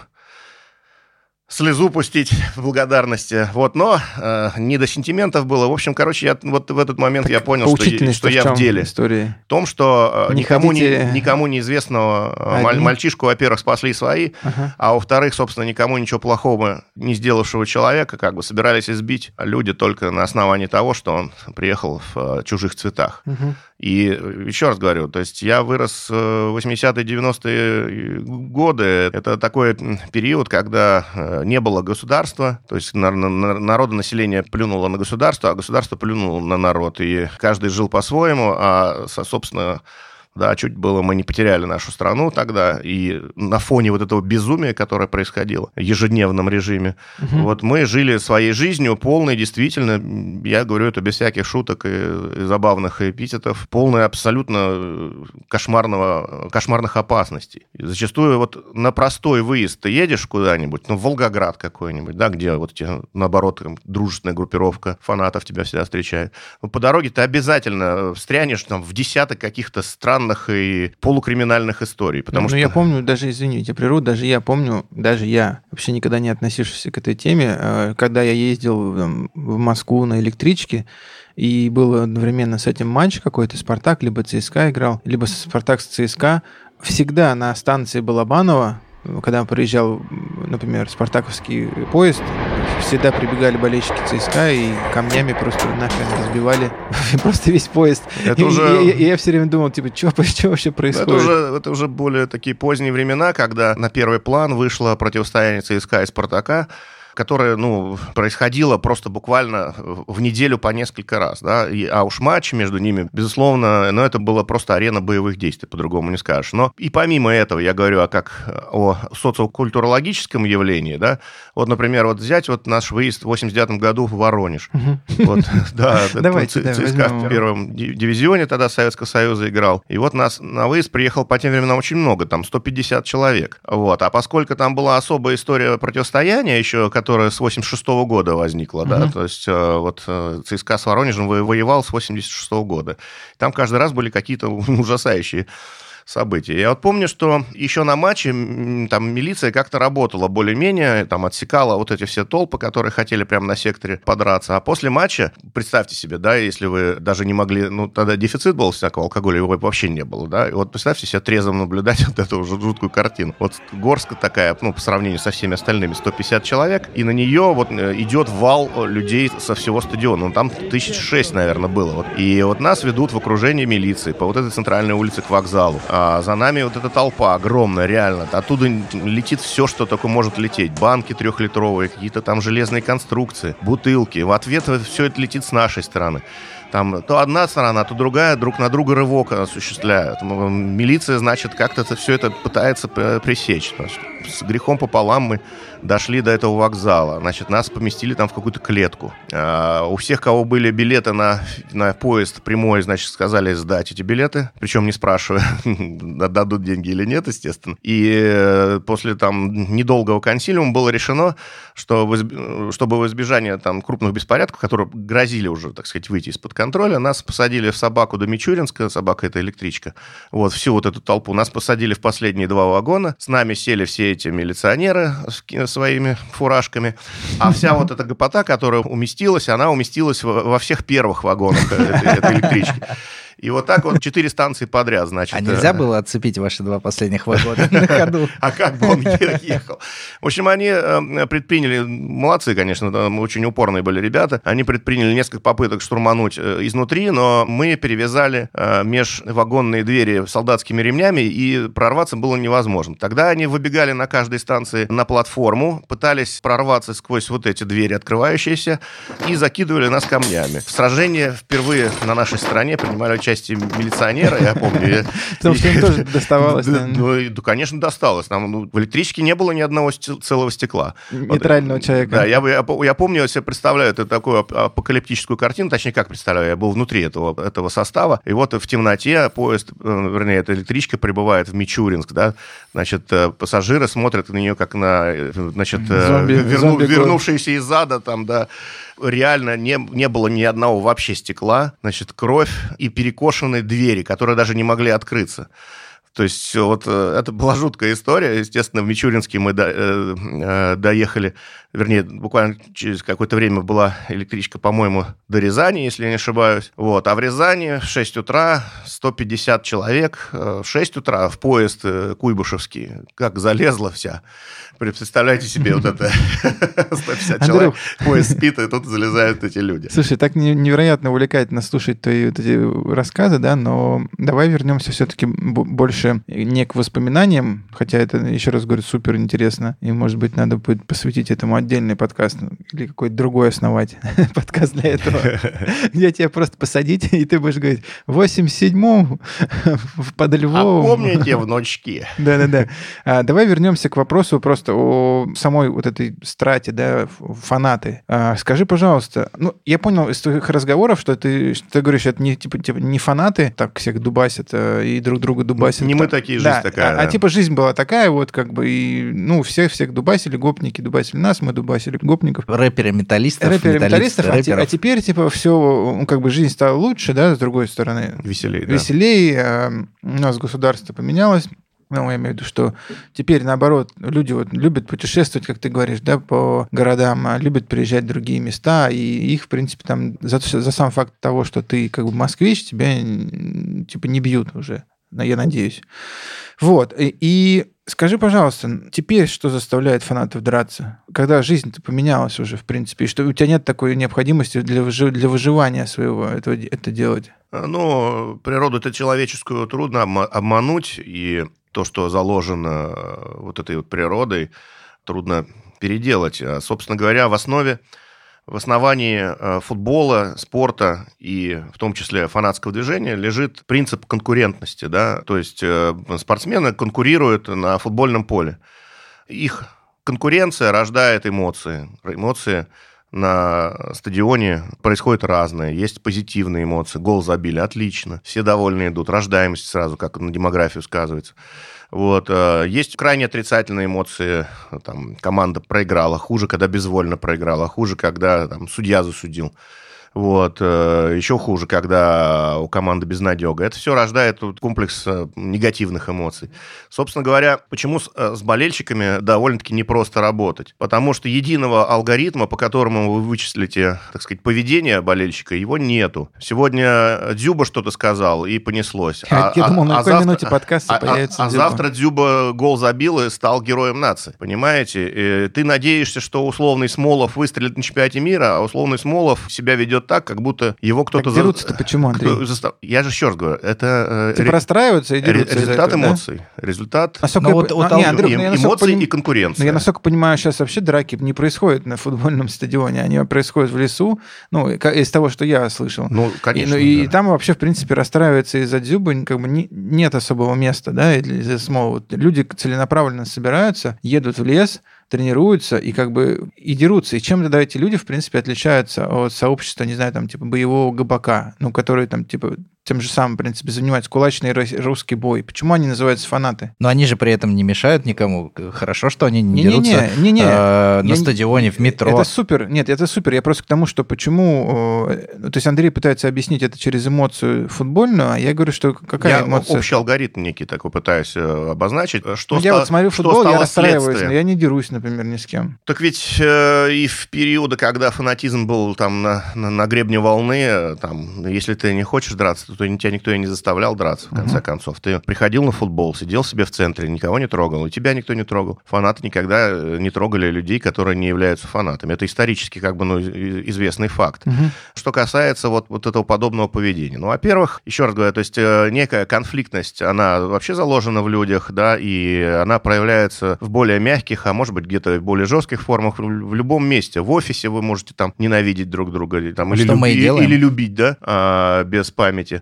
слезу пустить в благодарности. Вот, но э, не до сентиментов было. В общем, короче, я вот в этот момент так я понял, что, что я в деле. Истории? В том, что не никому, ходите... не, никому неизвестного маль, мальчишку, во-первых, спасли свои, ага. а во-вторых, собственно, никому ничего плохого не сделавшего человека как бы собирались избить люди только на основании того, что он приехал в чужих цветах. Угу. И еще раз говорю, то есть я вырос в восьмидесятые, девяностые годы. Это такой период, когда не было государства, то есть народонаселение плюнуло на государство, а государство плюнуло на народ. И каждый жил по-своему, а, собственно... Да, чуть было мы не потеряли нашу страну тогда, и на фоне вот этого безумия, которое происходило в ежедневном режиме, угу. вот мы жили своей жизнью полной, действительно, я говорю это без всяких шуток и, и забавных эпитетов, полной абсолютно кошмарного, кошмарных опасностей. И зачастую вот на простой выезд ты едешь куда-нибудь, ну, в Волгоград какой-нибудь, да, где вот тебе, наоборот, дружественная группировка фанатов тебя всегда встречает. Но по дороге ты обязательно встрянешь там в десяток каких-то стран и полукриминальных историй. Потому ну, что... я помню, даже, извините, прерву, даже я помню, даже я, вообще никогда не относившийся к этой теме, когда я ездил там, в Москву на электричке, и был одновременно с этим матч какой-то, Спартак, либо ЦСКА играл, либо Спартак с ЦСКА, всегда на станции Балабанова, когда приезжал, например, спартаковский поезд, всегда прибегали болельщики ЦСКА и камнями просто нахрен разбивали просто весь поезд. Это и, уже... и, и, и я все время думал, типа, что вообще происходит? Это уже, это уже более такие поздние времена, когда на первый план вышло противостояние ЦСКА и Спартака, которое, ну, происходило просто буквально в неделю по несколько раз, да, и, а уж матч между ними, безусловно, ну, это была просто арена боевых действий, по-другому не скажешь. Но и помимо этого, я говорю о, как о социокультурологическом явлении, да, вот, например, вот взять вот наш выезд в восемьдесят девятом году в Воронеж. Вот, да, ЦСКА в первом дивизионе тогда Советского Союза играл, и вот нас на выезд приехало по тем временам очень много, там сто пятьдесят человек, вот, а поскольку там была особая история противостояния еще, которая с восемьдесят шестого года возникла, да, uh-huh. то есть вот ЦСКА с Воронежем воевал с восемьдесят шестого года. Там каждый раз были какие-то ужасающие события. Я вот помню, что еще на матче там милиция как-то работала более-менее, там отсекала вот эти все толпы, которые хотели прямо на секторе подраться. А после матча, представьте себе, да, если вы даже не могли, ну, тогда дефицит был всякого алкоголя, его вообще не было, да, и вот представьте себе трезвым наблюдать вот эту уже жуткую картину. Вот горстка такая, ну, по сравнению со всеми остальными, сто пятьдесят человек, и на нее вот идет вал людей со всего стадиона. Ну, там тысяч шесть, наверное, было. Вот. И вот нас ведут в окружении милиции по вот этой центральной улице к вокзалу. А за нами вот эта толпа огромная, реально. Оттуда летит все, что только может лететь. Банки трехлитровые, какие-то там железные конструкции, бутылки. В ответ все это летит с нашей стороны. Там то одна сторона, то другая друг на друга рывок осуществляют. Милиция, значит, как-то все это пытается пресечь. С грехом пополам мы дошли до этого вокзала. Значит, нас поместили там в какую-то клетку. А, у всех, кого были билеты на, на поезд прямой, значит, сказали сдать эти билеты. Причем не спрашивая, дадут деньги или нет, естественно. И после там недолгого консилиума было решено, что в изб... чтобы в избежание там крупных беспорядков, которые грозили уже, так сказать, выйти из-под контроля, нас посадили в собаку до Мичуринска, собака — это электричка, вот, всю вот эту толпу. Нас посадили в последние два вагона, с нами сели все эти милиционеры с своими фуражками, а вся вот эта гопота, которая уместилась, она уместилась во всех первых вагонах этой, этой электрички. И вот так вот четыре станции подряд, значит. А нельзя было отцепить ваши два последних вагона на ходу? А как бы он ехал? В общем, они предприняли, молодцы, конечно, очень упорные были ребята, они предприняли несколько попыток штурмануть изнутри, но мы перевязали межвагонные двери солдатскими ремнями, и прорваться было невозможно. Тогда они выбегали на каждой станции на платформу, пытались прорваться сквозь вот эти двери открывающиеся и закидывали нас камнями. В сражении впервые на нашей стороне принимали участие части милиционера, я помню. Потому что им тоже доставалось. Ну, конечно, досталось. Нам в электричке не было ни одного целого стекла. Нейтрального человека. Да, я помню, я себе представляю это такую апокалиптическую картину, точнее, как представляю, я был внутри этого, этого состава, и вот в темноте поезд, вернее, эта электричка прибывает в Мичуринск, да, значит, пассажиры смотрят на нее как на, значит, зомби, верну, зомби вернувшиеся из ада, там, да, реально не, не было ни одного вообще стекла, значит, кровь и перекошенные двери, которые даже не могли открыться. То есть вот это была жуткая история. Естественно, в Мичуринске мы до, э, э, доехали, вернее, буквально через какое-то время была электричка, по-моему, до Рязани, если я не ошибаюсь. Вот. А в Рязани в шесть утра сто пятьдесят человек, в шесть утра в поезд Куйбышевский, как залезла вся. Представляете себе вот это сто пятьдесят человек, поезд спит, и тут залезают эти люди. Слушай, так невероятно увлекательно слушать твои вот эти рассказы, да, но давай вернемся все-таки больше не к воспоминаниям, хотя это, еще раз говорю, супер интересно, и, может быть, надо будет посвятить этому отдельный подкаст или какой-то другой основать подкаст для этого, где тебя просто посадить, и ты будешь говорить, в восемьдесят седьмом под Львовом. А помните, внучки? Да-да-да. Давай вернемся к вопросу просто о самой вот этой страте, да, фанаты. Скажи, пожалуйста, ну, я понял из твоих разговоров, что ты, что ты говоришь, это не, типа, типа, не фанаты так всех дубасят и друг друга дубасят. Не мы такие, жизнь да, такая. А, да. а типа жизнь была такая вот, как бы, и, ну, всех всех дубасили, гопники дубасили нас, мы дубасили гопников. Рэперы-металлистов. Рэперы-металлистов, а, а теперь, типа, все, ну, как бы жизнь стала лучше, да, с другой стороны. Веселее, да. Веселее, у нас государство поменялось. Ну, я имею в виду, что теперь, наоборот, люди вот любят путешествовать, как ты говоришь, да, по городам, любят приезжать в другие места, и их, в принципе, там за, за сам факт того, что ты как бы москвич, тебя типа не бьют уже, я надеюсь. Вот, и, и скажи, пожалуйста, теперь что заставляет фанатов драться? Когда жизнь-то поменялась уже, в принципе, и что у тебя нет такой необходимости для, выжи, для выживания своего этого, это делать? Ну, природу-то человеческую трудно обмануть, и то, что заложено вот этой вот природой, трудно переделать. Собственно говоря, в основе, в основании футбола, спорта и в том числе фанатского движения лежит принцип конкурентности. Да? То есть спортсмены конкурируют на футбольном поле. Их конкуренция рождает эмоции. Эмоции на стадионе происходят разные. Есть позитивные эмоции. Гол забили, отлично. Все довольны идут. Рождаемость сразу, как на демографию сказывается. Вот. Есть крайне отрицательные эмоции. Там, команда проиграла. Хуже, когда безвольно проиграла. Хуже, когда там, судья засудил. Вот. Еще хуже, когда у команды безнадега. Это все рождает комплекс негативных эмоций. Собственно говоря, почему с, с болельщиками довольно-таки непросто работать? Потому что единого алгоритма, по которому вы вычислите, так сказать, поведение болельщика, его нету. Сегодня Дзюба что-то сказал, и понеслось. Я а, думал, на а, какой завтра, минуте подкаста а, появится а, а завтра Дзюба гол забил и стал героем нации. Понимаете? И ты надеешься, что условный Смолов выстрелит на чемпионате мира, а условный Смолов себя ведет так, как будто его кто-то... Так дерутся-то за... почему, Андрей? За... Я же еще раз говорю, это... Типа ре... расстраиваются и дерутся. Результат этого, эмоций. Да? Результат насколько я... вот, вот, а, не, Андрюх, эм... ну, эмоции поним... и конкуренция. Но я, насколько понимаю, сейчас вообще драки не происходят на футбольном стадионе, они происходят в лесу, ну, из того, что я слышал. Ну, конечно, И, ну, да. и там вообще, в принципе, расстраивается из-за Дзюбы, как бы не... нет особого места, да, из-за Смолова. Люди целенаправленно собираются, едут в лес, тренируются и как бы и дерутся. И чем тогда эти люди, в принципе, отличаются от сообщества, не знаю, там, типа, боевого ГБК, ну, которые там, типа, тем же самым, в принципе, занимаются кулачный русский бой. Почему они называются фанаты? Но они же при этом не мешают никому. Хорошо, что они не, не дерутся не, не, не. Э, на Я стадионе, в метро. Это супер. Нет, это супер. Я просто к тому, что почему... То есть Андрей пытается объяснить это через эмоцию футбольную, а я говорю, что какая я эмоция? Я общий алгоритм некий такой пытаюсь обозначить. Что ну, ста... Я вот смотрю футбол, я расстраиваюсь, но я не дерусь, например, ни с кем. Так ведь э, и в периоды, когда фанатизм был там на, на, на гребне волны, там, если ты не хочешь драться, то тебя никто и не заставлял драться, в конце uh-huh. концов. Ты приходил на футбол, сидел себе в центре, никого не трогал, и тебя никто не трогал. Фанаты никогда не трогали людей, которые не являются фанатами. Это исторически как бы ну, известный факт. Uh-huh. Что касается вот, вот этого подобного поведения. Ну, во-первых, еще раз говорю, то есть некая конфликтность, она вообще заложена в людях, да, и она проявляется в более мягких, а может быть где-то в более жестких формах в любом месте. В офисе вы можете там ненавидеть друг друга, там, или, что люб... мы и делаем. или любить, да, а, без памяти.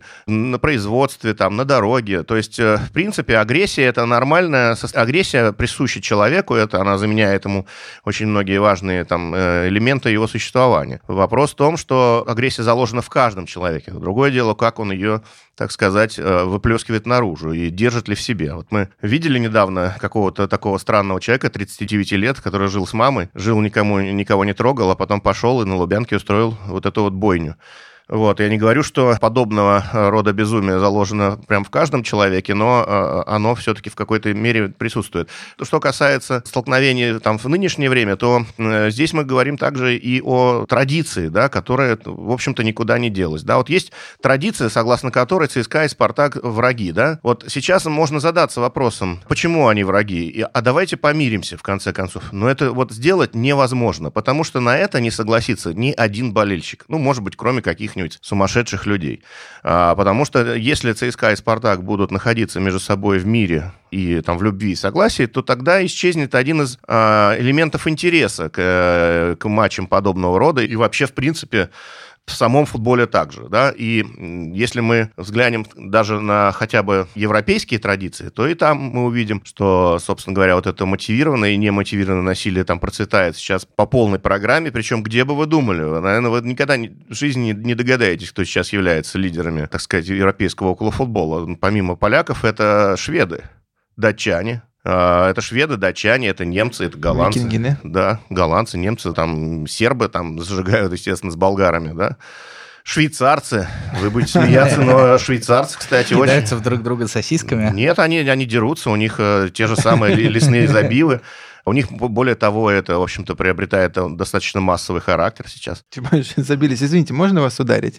на производстве, там, на дороге. То есть, в принципе, агрессия — это нормальная... Агрессия присуща человеку, это она заменяет ему очень многие важные там, элементы его существования. Вопрос в том, что агрессия заложена в каждом человеке. Другое дело, как он ее, так сказать, выплескивает наружу и держит ли в себе. Вот мы видели недавно какого-то такого странного человека, тридцати девяти лет, который жил с мамой, жил никому, никого не трогал, а потом пошел и на Лубянке устроил вот эту вот бойню. Вот, я не говорю, что подобного рода безумие заложено прямо в каждом человеке, но оно все-таки в какой-то мере присутствует. Что касается столкновений там, в нынешнее время, то здесь мы говорим также и о традиции, да, которая, в общем-то, никуда не делась. Да, вот есть традиция, согласно которой ЦСКА и Спартак враги. Да? Вот сейчас можно задаться вопросом, почему они враги, а давайте помиримся, в конце концов. Но это вот сделать невозможно, потому что на это не согласится ни один болельщик. Ну, может быть, кроме каких-нибудь сумасшедших людей. А, потому что если ЦСКА и Спартак будут находиться между собой в мире и там, в любви и согласии, то тогда исчезнет один из а, элементов интереса к, к матчам подобного рода и вообще, в принципе, в самом футболе также, да, и если мы взглянем даже на хотя бы европейские традиции, то и там мы увидим, что, собственно говоря, вот это мотивированное и немотивированное насилие там процветает сейчас по полной программе, причем где бы вы думали, вы, наверное, вы никогда в жизни не догадаетесь, кто сейчас является лидерами, так сказать, европейского околофутбола. Помимо поляков, это шведы, датчане. Это шведы, датчане, это немцы, это голландцы. Викинги, да? Да, голландцы, немцы, там, сербы там зажигают, естественно, с болгарами, да. Швейцарцы, вы будете смеяться, но швейцарцы, кстати, очень... Кидаются в друг друга сосисками? Нет, они, они дерутся, у них те же самые лесные забивы. У них, более того, это, в общем-то, приобретает достаточно массовый характер сейчас. Типа, забились. Извините, можно вас ударить?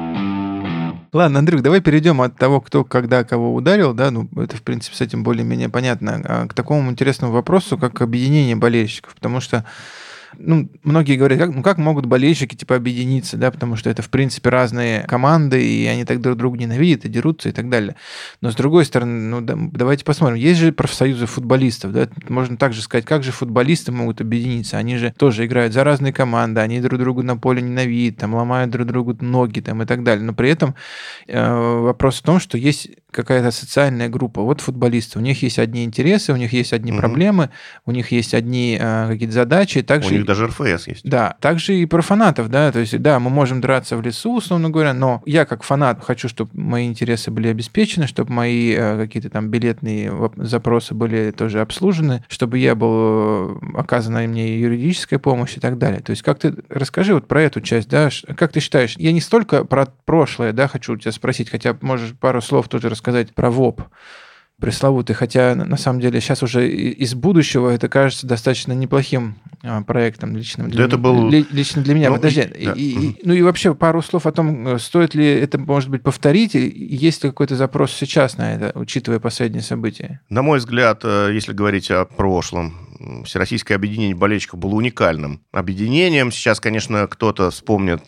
Ладно, Андрюх, давай перейдем от того, кто когда кого ударил, да, ну, это, в принципе, с этим более-менее понятно, а к такому интересному вопросу, как объединение болельщиков, потому что ну, многие говорят, как, ну как могут болельщики типа объединиться, да, потому что это, в принципе, разные команды, и они так друг друга ненавидят и дерутся и так далее. Но, с другой стороны, ну, да, давайте посмотрим. Есть же профсоюзы футболистов, да, можно также сказать, как же футболисты могут объединиться. Они же тоже играют за разные команды, они друг друга на поле ненавидят, там, ломают друг другу ноги там, и так далее. Но при этом э, вопрос в том, что есть какая-то социальная группа. Вот футболисты, у них есть одни интересы, у них есть одни mm-hmm. проблемы, у них есть одни э, какие-то задачи. Также, у них даже эр эф эс есть. Да, также и про фанатов, да, то есть, да, мы можем драться в лесу, условно говоря, но я как фанат хочу, чтобы мои интересы были обеспечены, чтобы мои э, какие-то там билетные запросы были тоже обслужены, чтобы я был, оказана мне юридическая помощь и так далее. То есть как ты, расскажи вот про эту часть, да, как ты считаешь, я не столько про прошлое, да, хочу у тебя спросить, хотя можешь пару слов тоже рассказать, сказать про ВОП пресловутый, хотя на самом деле сейчас уже из будущего это кажется достаточно неплохим проектом личным для, это был... лично для меня. Ну, Подожди, и, да. и, и, ну и вообще пару слов о том, стоит ли это, может быть, повторить, есть ли какой-то запрос сейчас на это, учитывая последние события? На мой взгляд, если говорить о прошлом, Всероссийское объединение болельщиков было уникальным объединением. Сейчас, конечно, кто-то вспомнит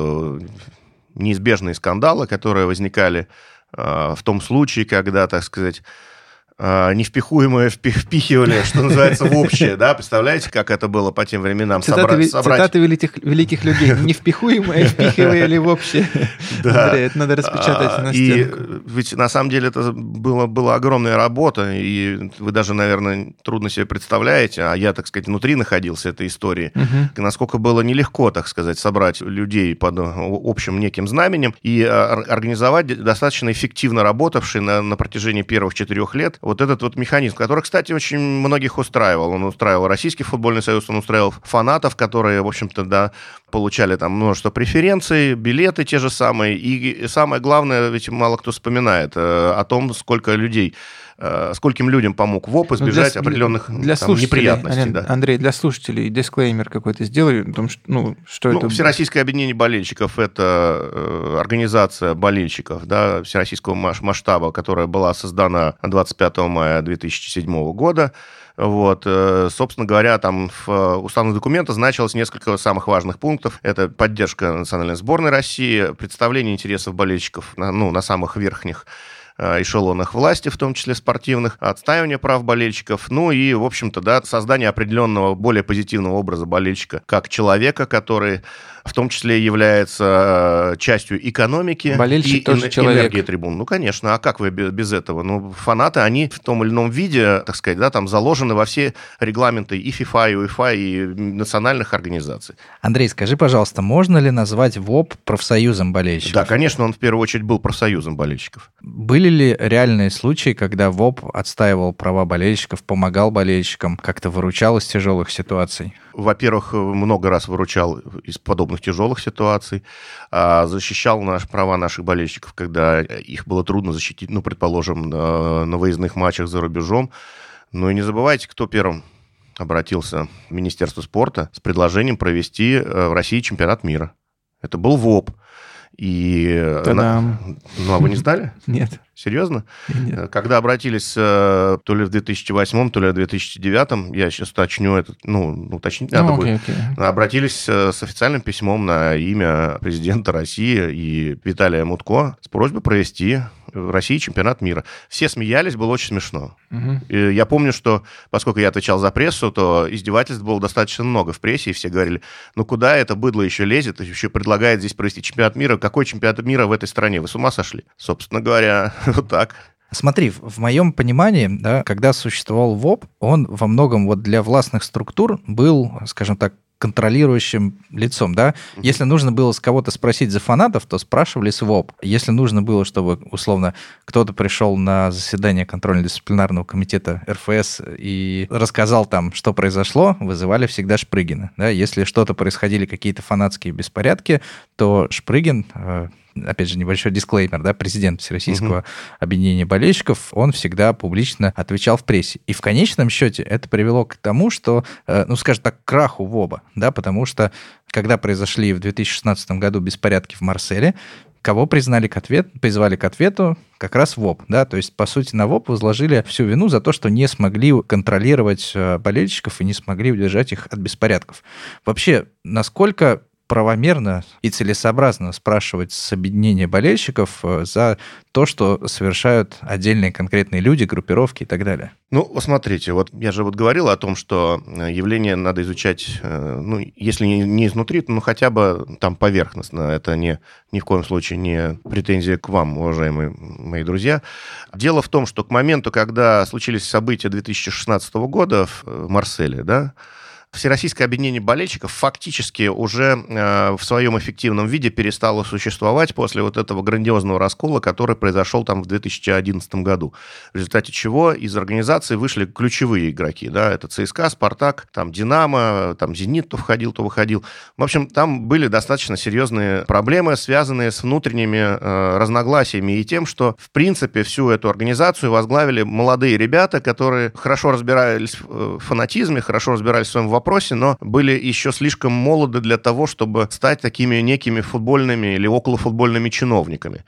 неизбежные скандалы, которые возникали в том случае, когда, так сказать, невпихуемое впихивали, что называется, в общее, да, представляете, как это было по тем временам? Цитаты, собра- собрать... цитаты великих, великих людей. Невпихуемое впихивали в общее. Да. Андрей, это надо распечатать на стенку. И ведь на самом деле это было, была огромная работа, и вы даже, наверное, трудно себе представляете, а я, так сказать, внутри находился этой истории, угу. насколько было нелегко, так сказать, собрать людей под общим неким знаменем и организовать достаточно эффективно работавший на, на протяжении первых четырех лет вот этот вот механизм, который, кстати, очень многих устраивал. Он устраивал Российский футбольный союз, он устраивал фанатов, которые, в общем-то, да, получали там множество преференций, билеты те же самые. И самое главное, ведь мало кто вспоминает о том, сколько людей, скольким людям помог ВОП избежать для, определенных для там, неприятностей. Андрей, да. Андрей, для слушателей дисклеймер какой-то сделай, потому что, ну, что ну, это... Всероссийское объединение болельщиков – это организация болельщиков, да, всероссийского масштаба, которая была создана двадцать пятого мая две тысячи седьмого года. Вот, собственно говоря, там в уставных документах значилось несколько самых важных пунктов. Это поддержка национальной сборной России, представление интересов болельщиков ну, на самых верхних эшелонах власти, в том числе спортивных, отстаивание прав болельщиков, ну и, в общем-то, да, создание определенного более позитивного образа болельщика как человека, который в том числе является частью экономики Болельщик и тоже эн- человек. энергии трибун. Ну, конечно, а как вы без этого? Ну, фанаты, они в том или ином виде, так сказать, да, там заложены во все регламенты и FIFA, и УЕФА, и национальных организаций. Андрей, скажи, пожалуйста, можно ли назвать ВОП профсоюзом болельщиков? Да, конечно, он в первую очередь был профсоюзом болельщиков. Были ли реальные случаи, когда ВОП отстаивал права болельщиков, помогал болельщикам, как-то выручал из тяжелых ситуаций? Во-первых, много раз выручал из подобных тяжелых ситуаций, защищал наши права наших болельщиков, когда их было трудно защитить, ну, предположим, на выездных матчах за рубежом. Ну и не забывайте, кто первым обратился в Министерство спорта с предложением провести в России чемпионат мира. Это был ВОП. И... Та-дам. Ну, а вы не знали? Нет. Серьезно? Нет. Когда обратились то ли в две тысячи восьмом, то ли в две тысячи девятом, я сейчас уточню это, ну, уточнить надо Ну, окей, будет, окей. обратились с официальным письмом на имя президента России и Виталия Мутко с просьбой провести в России чемпионат мира. Все смеялись, было очень смешно. Угу. И я помню, что, поскольку я отвечал за прессу, то издевательств было достаточно много в прессе, и все говорили, ну куда это быдло еще лезет, еще предлагает здесь провести чемпионат мира. Какой чемпионат мира в этой стране? Вы с ума сошли? Собственно говоря, вот так. Смотри, в моем понимании, да, когда существовал ВОП, он во многом вот для властных структур был, скажем так, контролирующим лицом, да? Если нужно было с кого-то спросить за фанатов, то спрашивали с ВОП. Если нужно было, чтобы, условно, кто-то пришел на заседание контрольно-дисциплинарного комитета эр эф эс и рассказал там, что произошло, вызывали всегда Шпрыгина, да? Если что-то происходили, какие-то фанатские беспорядки, то Шпрыгин... опять же, небольшой дисклеймер, да, президент Всероссийского uh-huh. объединения болельщиков, он всегда публично отвечал в прессе. И в конечном счете это привело к тому, что, ну, скажем так, к краху ВОБа, да, потому что, когда произошли в две тысячи шестнадцатом году беспорядки в Марселе, кого признали к ответу, призвали к ответу как раз ВОП, да, то есть, по сути, на ВОП возложили всю вину за то, что не смогли контролировать болельщиков и не смогли удержать их от беспорядков. Вообще, насколько правомерно и целесообразно спрашивать с объединения болельщиков за то, что совершают отдельные конкретные люди, группировки и так далее? Ну, смотрите, вот я же вот говорил о том, что явление надо изучать, ну, если не изнутри, то ну, хотя бы там поверхностно. Это не, ни в коем случае не претензия к вам, уважаемые мои друзья. Дело в том, что к моменту, когда случились события две тысячи шестнадцатого года в Марселе, да, Всероссийское объединение болельщиков фактически уже э, в своем эффективном виде перестало существовать после вот этого грандиозного раскола, который произошел там в две тысячи одиннадцатом году. В результате чего из организации вышли ключевые игроки. Да? Это ЦСКА, Спартак, там Динамо, там Зенит то входил, то выходил. В общем, там были достаточно серьезные проблемы, связанные с внутренними э, разногласиями и тем, что, в принципе, всю эту организацию возглавили молодые ребята, которые хорошо разбирались в фанатизме, хорошо разбирались в своем вопросе, но были еще слишком молоды для того, чтобы стать такими некими футбольными или околофутбольными чиновниками.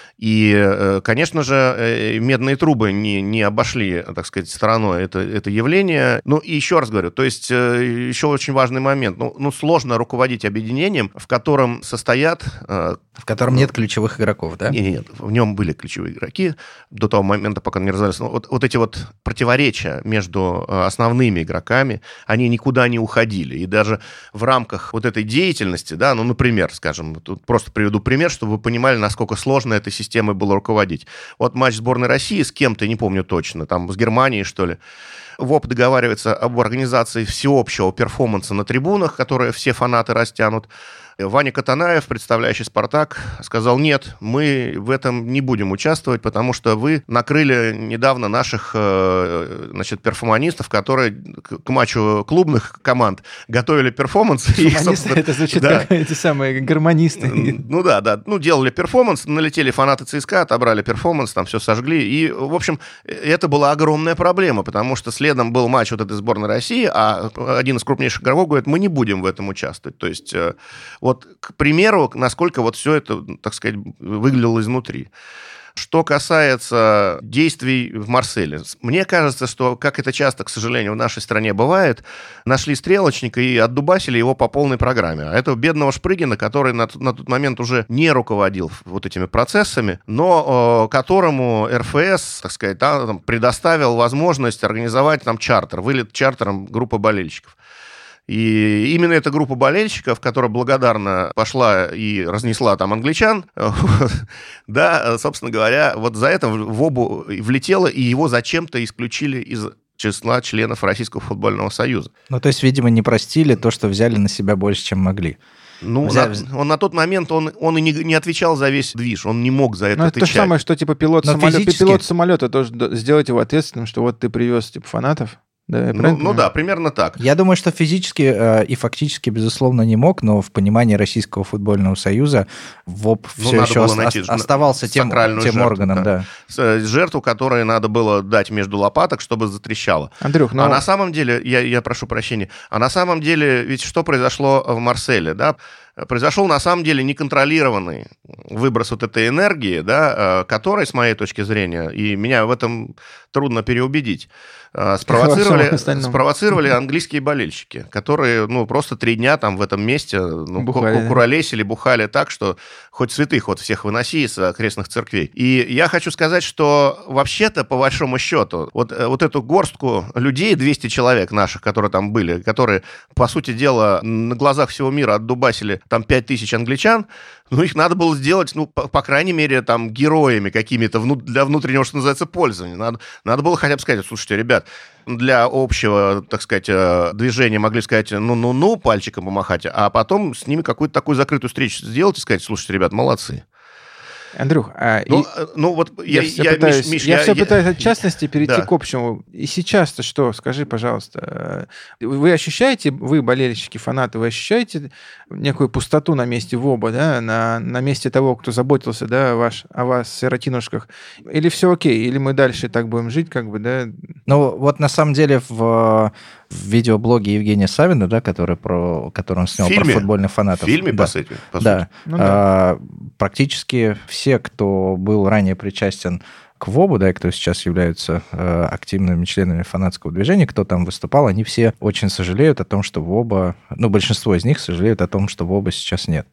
И, конечно же, медные трубы не, не обошли, так сказать, стороной это, это явление. Ну, и еще раз говорю, то есть еще очень важный момент. Ну, ну сложно руководить объединением, в котором состоят... В котором нет ключевых игроков, да? Нет, нет, нет. В нем были ключевые игроки до того момента, пока не развалились. Вот, вот эти вот противоречия между основными игроками, они никуда не уходили. И даже в рамках вот этой деятельности, да, ну, например, скажем, тут просто приведу пример, чтобы вы понимали, насколько сложно эта система системой было руководить. Вот матч сборной России с кем-то, не помню точно, там с Германией, что ли. ВОП договаривается об организации всеобщего перформанса на трибунах, которые все фанаты растянут. Ваня Катанаев, представляющий «Спартак», сказал, нет, мы в этом не будем участвовать, потому что вы накрыли недавно наших, значит, перформанистов, которые к матчу клубных команд готовили перформанс. Перформанисты, это звучит да. как эти самые гармонисты. Ну да, да, ну делали перформанс, налетели фанаты ЦСКА, отобрали перформанс, там все сожгли, и, в общем, это была огромная проблема, потому что следом был матч вот этой сборной России, а один из крупнейших игроков говорит, мы не будем в этом участвовать, то есть... Вот, к примеру, насколько вот все это, так сказать, выглядело изнутри. Что касается действий в Марселе, мне кажется, что, как это часто, к сожалению, в нашей стране бывает, нашли стрелочника и отдубасили его по полной программе. А этого бедного Шпрыгина, который на, на тот момент уже не руководил вот этими процессами, но э, которому эр эф эс, так сказать, там, предоставил возможность организовать там чартер, вылет чартером группы болельщиков. И именно эта группа болельщиков, которая благодарно пошла и разнесла там англичан, да, собственно говоря, вот за это в ОБУ влетело, и его зачем-то исключили из числа членов Российского футбольного союза. Ну, то есть, видимо, не простили то, что взяли на себя больше, чем могли. Ну, Взя... на, он на тот момент, он, он и не, не отвечал за весь движ, он не мог за это ну, отвечать. Это то же самое, что типа пилот, самолет, физически... пилот самолета тоже сделать его ответственным, что вот ты привез типа фанатов. Да, ну, ну да, примерно так. Я думаю, что физически э, и фактически, безусловно, не мог, но в понимании Российского футбольного союза ВОП ну, все еще ост- оставался тем, тем жертву, органом. Да. Да. Жертву, которую надо было дать между лопаток, чтобы затрещало. Андрюх, ну... А на самом деле, я, я прошу прощения, а на самом деле ведь что произошло в Марселе, да? Произошел, на самом деле, неконтролированный выброс вот этой энергии, да, который, с моей точки зрения, и меня в этом трудно переубедить, спровоцировали, спровоцировали английские болельщики, которые, ну, просто три дня там в этом месте ну, бухали, куролесили, бухали так, что хоть святых вот всех выноси из окрестных церквей. И я хочу сказать, что вообще-то, по большому счету, вот, вот эту горстку людей, двести человек наших, которые там были, которые, по сути дела, на глазах всего мира отдубасили там пять тысяч англичан, ну, их надо было сделать, ну, по, по крайней мере, там, героями какими-то вну, для внутреннего, что называется, пользования. Надо, надо было хотя бы сказать, слушайте, ребят, для общего, так сказать, движения могли сказать, ну-ну-ну, пальчиком помахать, а потом с ними какую-то такую закрытую встречу сделать и сказать, слушайте, ребят, молодцы. Андрюх, а ну, и... ну вот я, я, все я, пытаюсь, Миш, Миш, я, я все я, пытаюсь от частности перейти да. к общему. И сейчас-то что? Скажи, пожалуйста, вы ощущаете, вы, болельщики, фанаты, вы ощущаете некую пустоту на месте ВОБа, да, на, на месте того, кто заботился, да, ваш, о вас, сиротинушках? Или все окей? Или мы дальше так будем жить, как бы, да? Ну, вот на самом деле в... в видеоблоге Евгения Савина, да, который, про, который он снял про футбольных фанатов. В фильме, да. по сути. По да. сути. Ну, да. А, практически все, кто был ранее причастен к ВОБу, да, и кто сейчас являются э, активными членами фанатского движения, кто там выступал, они все очень сожалеют о том, что ВОБа, ну, большинство из них сожалеют о том, что ВОБа сейчас нет.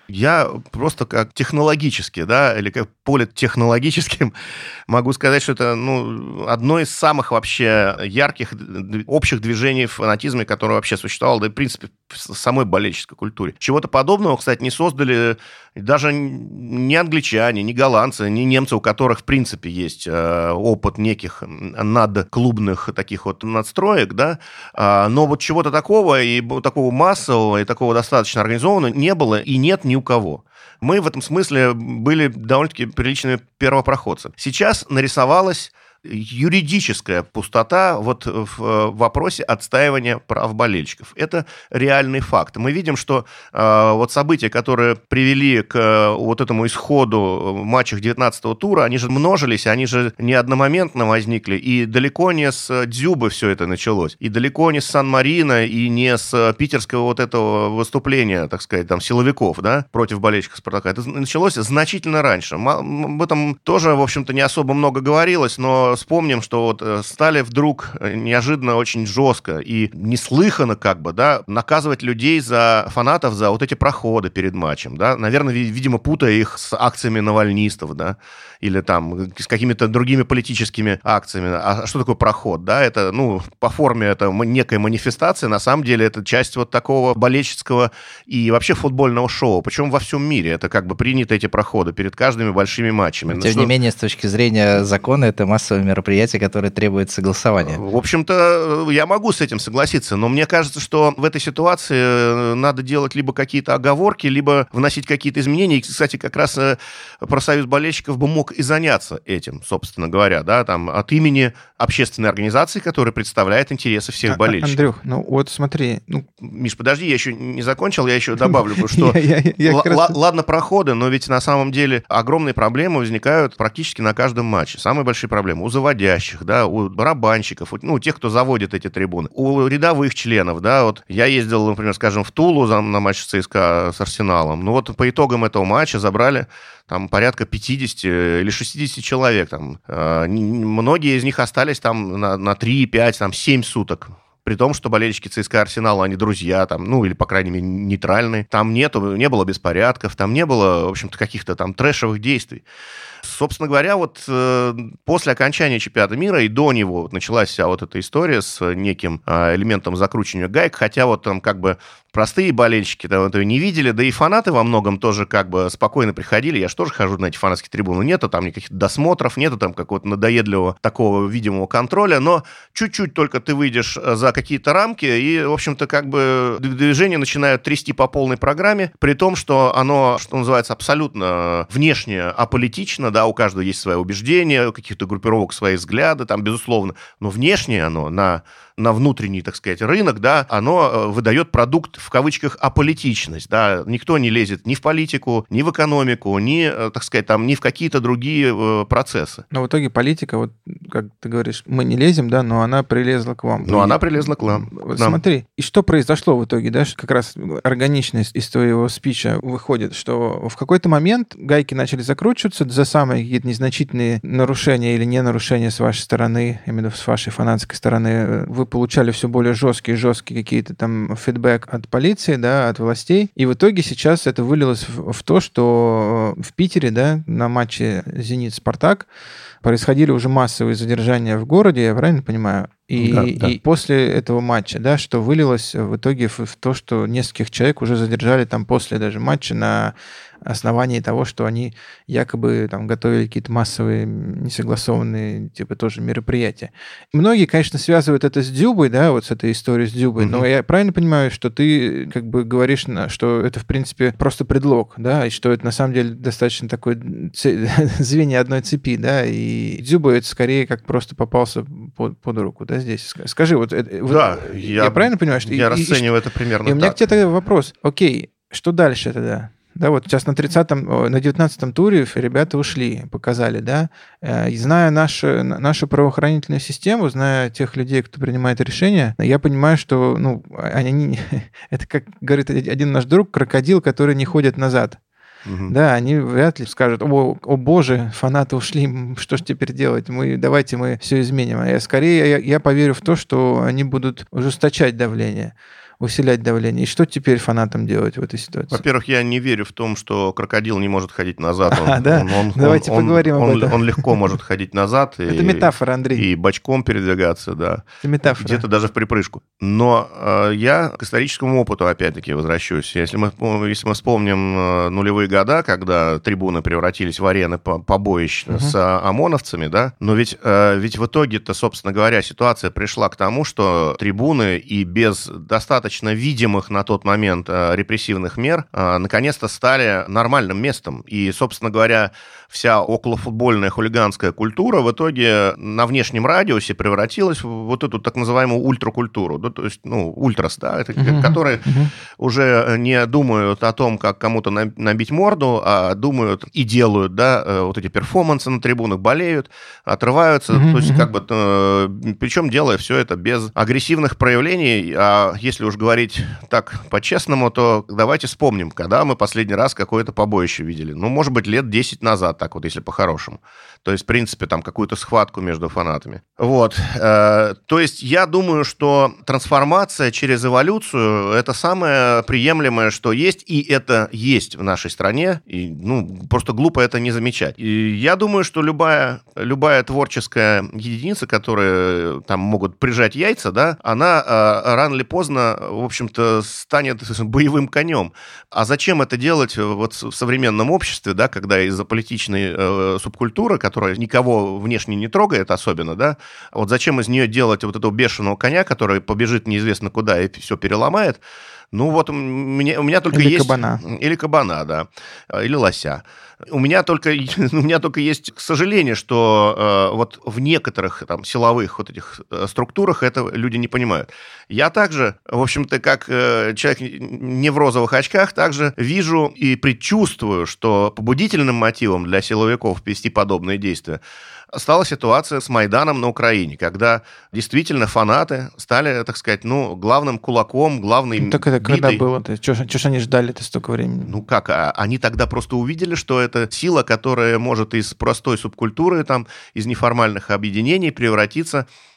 Я просто как технологически, да, или как политтехнологическим могу сказать, что это, ну, одно из самых вообще ярких общих движений в фанатизме, которое вообще существовало, да и, в принципе, в самой болельческой культуре. Чего-то подобного, кстати, не создали даже ни англичане, ни голландцы, ни немцы, у которых, в принципе, есть э, опыт неких надклубных таких вот надстроек, да, а, но вот чего-то такого, и такого массового, и такого достаточно организованного не было и нет ни у кого. Мы в этом смысле были довольно-таки приличными первопроходцами. Сейчас нарисовалась юридическая пустота вот в вопросе отстаивания прав болельщиков. Это реальный факт. Мы видим, что э, вот события, которые привели к вот этому исходу матчей девятнадцатого тура, они же множились, они же не одномоментно возникли, и далеко не с Дзюбы все это началось, и далеко не с Сан-Марино, и не с питерского вот этого выступления, так сказать, там, силовиков, да, против болельщиков Спартака. Это началось значительно раньше. Об этом тоже, в общем-то, не особо много говорилось, но вспомним, что вот стали вдруг неожиданно очень жестко и неслыханно как бы, да, наказывать людей за фанатов за вот эти проходы перед матчем, да, наверное, видимо, путая их с акциями навальнистов, да, или там с какими-то другими политическими акциями. А что такое проход, да, это, ну, по форме это некая манифестация, на самом деле это часть вот такого болельческого и вообще футбольного шоу, причем во всем мире это как бы принято, эти проходы перед каждыми большими матчами. Тем что... не менее, с точки зрения закона, это массовое мероприятие, которое требует согласования. В общем-то, я могу с этим согласиться, но мне кажется, что в этой ситуации надо делать либо какие-то оговорки, либо вносить какие-то изменения. И, кстати, как раз профсоюз болельщиков бы мог и заняться этим, собственно говоря, да, там, от имени общественной организации, которая представляет интересы всех болельщиков. Андрюх, ну вот смотри. Ну... Миш, подожди, я еще не закончил, я еще добавлю, что ладно проходы, но ведь на самом деле огромные проблемы возникают практически на каждом матче. Самые большие проблемы у заводящих, да, у барабанщиков, ну, у тех, кто заводит эти трибуны, у рядовых членов, да, вот я ездил, например, скажем, в Тулу на матч ЦСКА с Арсеналом, ну вот по итогам этого матча забрали там порядка пятьдесят или шестьдесят человек, там, э, многие из них остались там на, на три, пять, там, семь суток. при том, что болельщики ЦСКА Арсенала, они друзья, там, ну, или, по крайней мере, нейтральные. Там нету, не было беспорядков, там не было, в общем-то, каких-то там трэшевых действий. Собственно говоря, вот э, после окончания чемпионата мира и до него вот началась вся вот эта история с неким э, элементом закручивания гаек, хотя вот там как бы простые болельщики там этого не видели, да и фанаты во многом тоже как бы спокойно приходили. Я же тоже хожу на эти фанатские трибуны. Нету там никаких досмотров, нету там какого-то надоедливого такого видимого контроля, но чуть-чуть только ты выйдешь за какие-то рамки, и, в общем-то, как бы движение начинают трясти по полной программе, при том, что оно, что называется, абсолютно внешне аполитично, да, у каждого есть свои убеждения, у каких-то группировок свои взгляды, там, безусловно, но внешне оно на, на внутренний, так сказать, рынок, да, оно выдает продукт, в кавычках, аполитичность, да, никто не лезет ни в политику, ни в экономику, ни, так сказать, там, ни в какие-то другие процессы. Но в итоге политика, вот, как ты говоришь, мы не лезем, да, но она прилезла к вам. Но она прилезла к вам. Смотри, и что произошло в итоге, да, как раз органичность из твоего спича выходит, что в какой-то момент гайки начали закручиваться за самые какие-то незначительные нарушения или не нарушения с вашей стороны, именно с вашей фанатской стороны. Вы получали все более жесткие, жесткие какие-то там фидбэк от полиции, да, от властей. И в итоге сейчас это вылилось в, в то, что в Питере, да, на матче «Зенит-Спартак» происходили уже массовые задержания в городе, я правильно понимаю? И, да, да. и после этого матча, да, что вылилось в итоге в, в то, что нескольких человек уже задержали там после даже матча на основании того, что они якобы там готовили какие-то массовые, несогласованные, типа, тоже мероприятия. Многие, конечно, связывают это с Дзюбой, да, вот с этой историей с Дзюбой, mm-hmm. но я правильно понимаю, что ты как бы говоришь, что это, в принципе, просто предлог, да, и что это на самом деле достаточно такое звенья одной цепи, да, и Дзюба это скорее как просто попался под, под руку, да, здесь. Скажи, вот, да, вот я, я правильно понимаю, что... Я и, расцениваю и, это примерно и так. у меня к тебе тогда вопрос. Окей, что дальше тогда? Да, вот сейчас на тридцатом, на девятнадцатом туре ребята ушли, показали, да. И зная нашу, нашу правоохранительную систему, зная тех людей, кто принимает решения, я понимаю, что, ну, они, это, как говорит один наш друг, крокодил, который не ходит назад. Угу. Да, они вряд ли скажут: о, о боже, фанаты ушли, что ж теперь делать? Мы, давайте мы все изменим. А я, скорее я, я поверю в то, что они будут ужесточать давление, усилять давление. И что теперь фанатам делать в этой ситуации? Во-первых, я не верю в том, что крокодил не может ходить назад. Он, а, да? он, он, Давайте он, поговорим он, об этом. Он, он легко может ходить назад. Это и, метафора, Андрей. И бочком передвигаться, да. Это метафора. Где-то даже в припрыжку. Но э, я к историческому опыту опять-таки возвращусь. Если мы, если мы вспомним э, нулевые года, когда трибуны превратились в арены побоищ uh-huh. с э, ОМОНовцами, да, но ведь, э, ведь в итоге-то, собственно говоря, ситуация пришла к тому, что трибуны и без достаточно видимых на тот момент э, репрессивных мер э, наконец-то стали нормальным местом. И, собственно говоря, вся околофутбольная хулиганская культура в итоге на внешнем радиусе превратилась в вот эту так называемую ультракультуру, да, то есть, ну, ультрас, да, это, uh-huh. которые uh-huh. уже не думают о том, как кому-то набить морду, а думают и делают, да, вот эти перформансы на трибунах, болеют, отрываются, uh-huh. то есть, как бы, э, причем делая все это без агрессивных проявлений, а если уж говорить так по-честному, то давайте вспомним, когда мы последний раз какое-то побоище видели. Ну, может быть, лет десять назад, так вот, если по-хорошему. То есть, в принципе, там какую-то схватку между фанатами. Вот. То есть, я думаю, что трансформация через эволюцию – это самое приемлемое, что есть, и это есть в нашей стране. И, ну, просто глупо это не замечать. И я думаю, что любая, любая творческая единица, которая там могут прижать яйца, да, она рано или поздно, в общем-то, станет боевым конем. А зачем это делать вот в современном обществе, да, когда из-за политичной э, субкультуры, которая никого внешне не трогает особенно, да, вот зачем из нее делать вот этого бешеного коня, который побежит неизвестно куда и все переломает? Ну вот у меня, у меня только Или есть... кабана. Или кабана, да. Или лося. У меня только, у меня только есть сожаление, что э, вот в некоторых там силовых вот этих структурах это люди не понимают. Я также, в общем-то, как э, человек не в розовых очках, также вижу и предчувствую, что побудительным мотивом для силовиков вести подобные действия стала ситуация с Майданом на Украине, когда действительно фанаты стали, так сказать, ну, главным кулаком, главной ну, так это битой. когда было-то? Чего ж они ждали-то столько времени? Ну как, а, они тогда просто увидели, что это сила, которая может из простой субкультуры, там, из неформальных объединений превратиться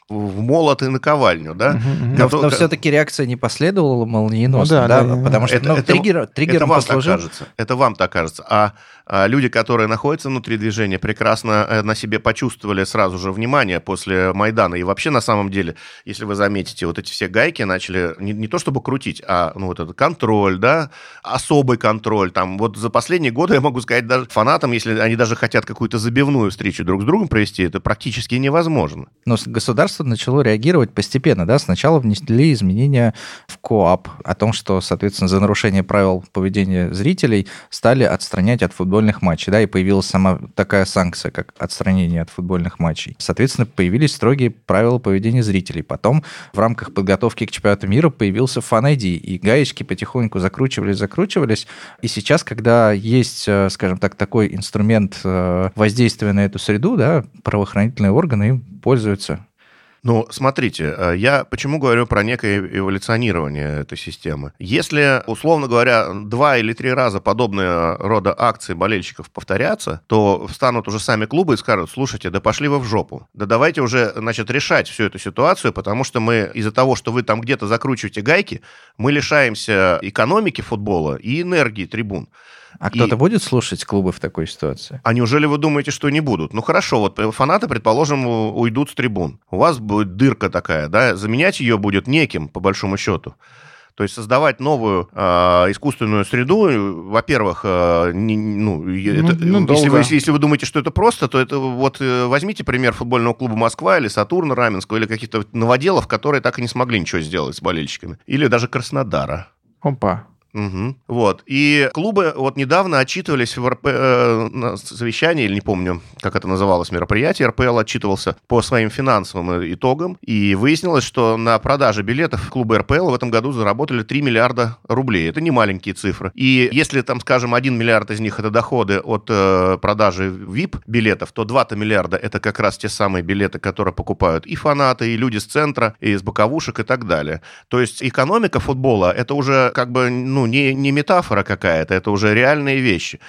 в молот и наковальню, да? Uh-huh, uh-huh. Но, но все-таки реакция не последовала молниеносно, ну, да, да, да, потому что это, ну, это, триггер, триггером это вам послужил... так кажется. Это вам так кажется. А, а люди, которые находятся внутри движения, прекрасно на себе почувствовали сразу же внимание после Майдана. И вообще, на самом деле, если вы заметите, вот эти все гайки начали не, не то чтобы крутить, а ну, вот этот контроль, да, особый контроль. Там, вот за последние годы, я могу сказать, даже фанатам, если они даже хотят какую-то забивную встречу друг с другом провести, это практически невозможно. Но государство начало реагировать постепенно, да, сначала внесли изменения в КоАП о том, что, соответственно, за нарушение правил поведения зрителей стали отстранять от футбольных матчей, да, и появилась сама такая санкция, как отстранение от футбольных матчей. Соответственно, появились строгие правила поведения зрителей. Потом в рамках подготовки к чемпионату мира появился Fan ай ди, и гаечки потихоньку закручивались, закручивались, и сейчас, когда есть, скажем так, такой инструмент воздействия на эту среду, да, правоохранительные органы им пользуются. Ну, смотрите, я почему говорю про некое эволюционирование этой системы? Если, условно говоря, два или три раза подобные рода акции болельщиков повторятся, то встанут уже сами клубы и скажут: слушайте, да пошли вы в жопу. Да давайте уже, значит, решать всю эту ситуацию, потому что мы из-за того, что вы там где-то закручиваете гайки, мы лишаемся экономики футбола и энергии трибун. А кто-то и... будет слушать клубы в такой ситуации? А неужели вы думаете, что не будут? Ну хорошо, вот фанаты, предположим, уйдут с трибун. У вас будет дырка такая, да, заменять ее будет неким, по большому счету. То есть создавать новую э, искусственную среду, во-первых, э, не, ну, это, ну, ну, если, вы, если вы думаете, что это просто, то это вот э, возьмите пример футбольного клуба Москва или Сатурна Раменского, или каких-то новоделов, которые так и не смогли ничего сделать с болельщиками. Или даже Краснодара. Опа. Угу. Вот. И клубы вот недавно отчитывались в РП, э, на совещании, или не помню, как это называлось, мероприятие, эр пэ эл отчитывался по своим финансовым итогам, и выяснилось, что на продаже билетов клубы эр пэ эл в этом году заработали три миллиарда рублей. Это не маленькие цифры. И если, там, скажем, один миллиард из них это доходы от э, продажи ви ай пи-билетов, то два миллиарда это как раз те самые билеты, которые покупают и фанаты, и люди с центра, и из боковушек, и так далее. То есть экономика футбола, это уже как бы, ну, не, не метафора какая-то, это уже реальные вещи.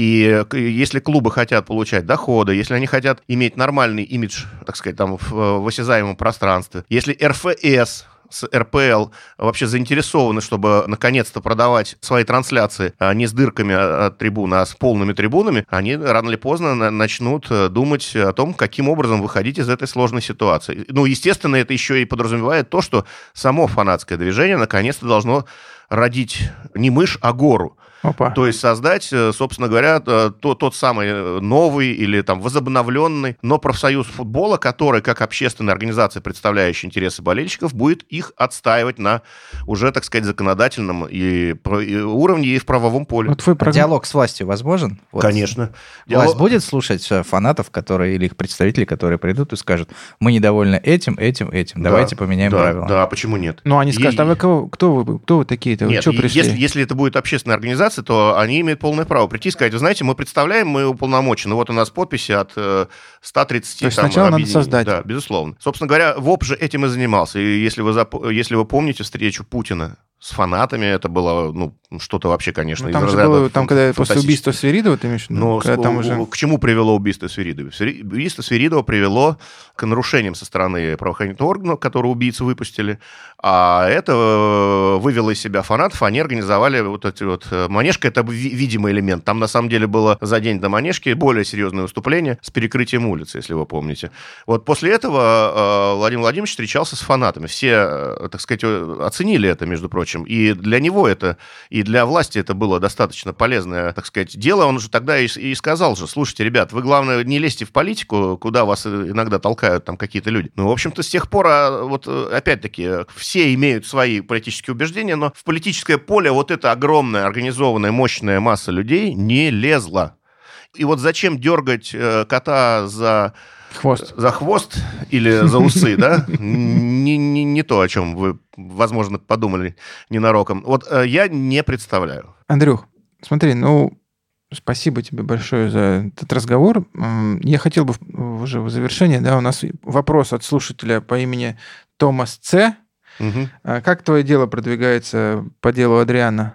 И если клубы хотят получать доходы, если они хотят иметь нормальный имидж, так сказать, там в, в осязаемом пространстве, если эр эф эс с эр пэ эл вообще заинтересованы, чтобы наконец-то продавать свои трансляции а не с дырками от трибун, а с полными трибунами, они рано или поздно начнут думать о том, каким образом выходить из этой сложной ситуации. Ну, естественно, это еще и подразумевает то, что само фанатское движение наконец-то должно родить не мышь, а гору. Опа. То есть создать, собственно говоря, тот, тот самый новый или там возобновленный, но профсоюз футбола, который, как общественная организация, представляющая интересы болельщиков, будет их отстаивать на уже, так сказать, законодательном и, и уровне и в правовом поле. Вот вы про... Диалог с властью возможен? Вот. Конечно. Власть Диалог... будет слушать фанатов, которые или их представителей, которые придут и скажут: мы недовольны этим, этим, этим, да, давайте поменяем да, правила. Да, почему нет? Ну, они скажут: и... а вы кого, кто вы, кто вы такие-то? Вы нет, что пришли? Если, если это будет общественная организация, то они имеют полное право прийти и сказать: вы знаете, мы представляем, мы уполномочены, вот у нас подписи от ста тридцати. То есть там, сначала надо создать. Да, безусловно. Собственно говоря, ВОП же этим и занимался. И если вы, зап... если вы помните встречу Путина с фанатами, это было, ну, что-то вообще, конечно, ну, из там разряда же было, там, когда после убийства Свиридова, ты имеешь в виду? Но там уже... к чему привело убийство Свиридова? Убийство Свиридова привело к нарушениям со стороны правоохранительных органов, которые убийцу выпустили, а это вывело из себя фанатов, они организовали вот эти вот... Манежка — это видимый элемент. Там, на самом деле, было за день до Манежки более серьезное выступление с перекрытием улицы, если вы помните. Вот после этого Владимир Владимирович встречался с фанатами. Все, так сказать, оценили это, между прочим. И для него это, и для власти это было достаточно полезное, так сказать, дело. Он уже тогда и, и сказал же: слушайте, ребят, вы, главное, не лезьте в политику, куда вас иногда толкают там какие-то люди. Ну, в общем-то, с тех пор, вот опять-таки, все имеют свои политические убеждения, но в политическое поле вот эта огромная, организованная, мощная масса людей не лезла. И вот зачем дергать кота за... Хвост. За хвост или за усы, да? Не, не, не то, о чем вы, возможно, подумали ненароком. Вот э, я не представляю. Андрюх, смотри, ну, спасибо тебе большое за этот разговор. Я хотел бы уже в завершение, да, у нас вопрос от слушателя по имени Томас Ц. Угу. Как твое дело продвигается по делу Адриана?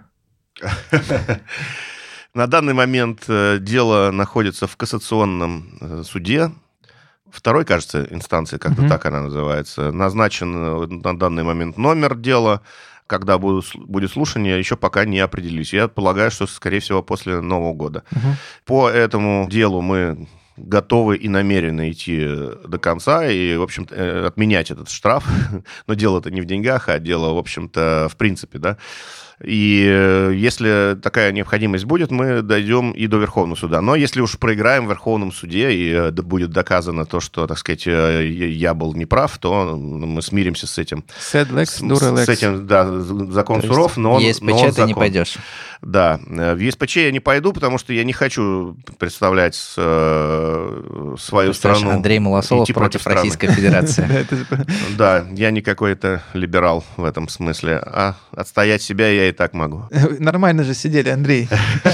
На данный момент дело находится в кассационном суде. второй, кажется, инстанции, как-то mm-hmm. так она называется, назначен на данный момент номер дела. Когда будет, будет слушание, еще пока не определились. Я полагаю, что, скорее всего, после Нового года. Uh-huh. По этому делу мы готовы и намерены идти до конца и, в общем-то, отменять этот штраф. Но дело-то не в деньгах, а дело, в общем-то, в принципе, да. И если такая необходимость будет, мы дойдем и до Верховного суда. Но если уж проиграем в Верховном суде и будет доказано то, что, так сказать, я был неправ, то мы смиримся с этим. Sad lex, dura lex. С этим, да, закон то суров, но он, ЕСПЧ но он ты закон. Не пойдешь. Да, в ЕСПЧ я не пойду, потому что я не хочу представлять э, свою страну. Андрей Малосолов против, против Российской Федерации. Да, я не какой-то либерал в этом смысле, а отстоять себя я и так могу. Нормально же сидели, Андрей.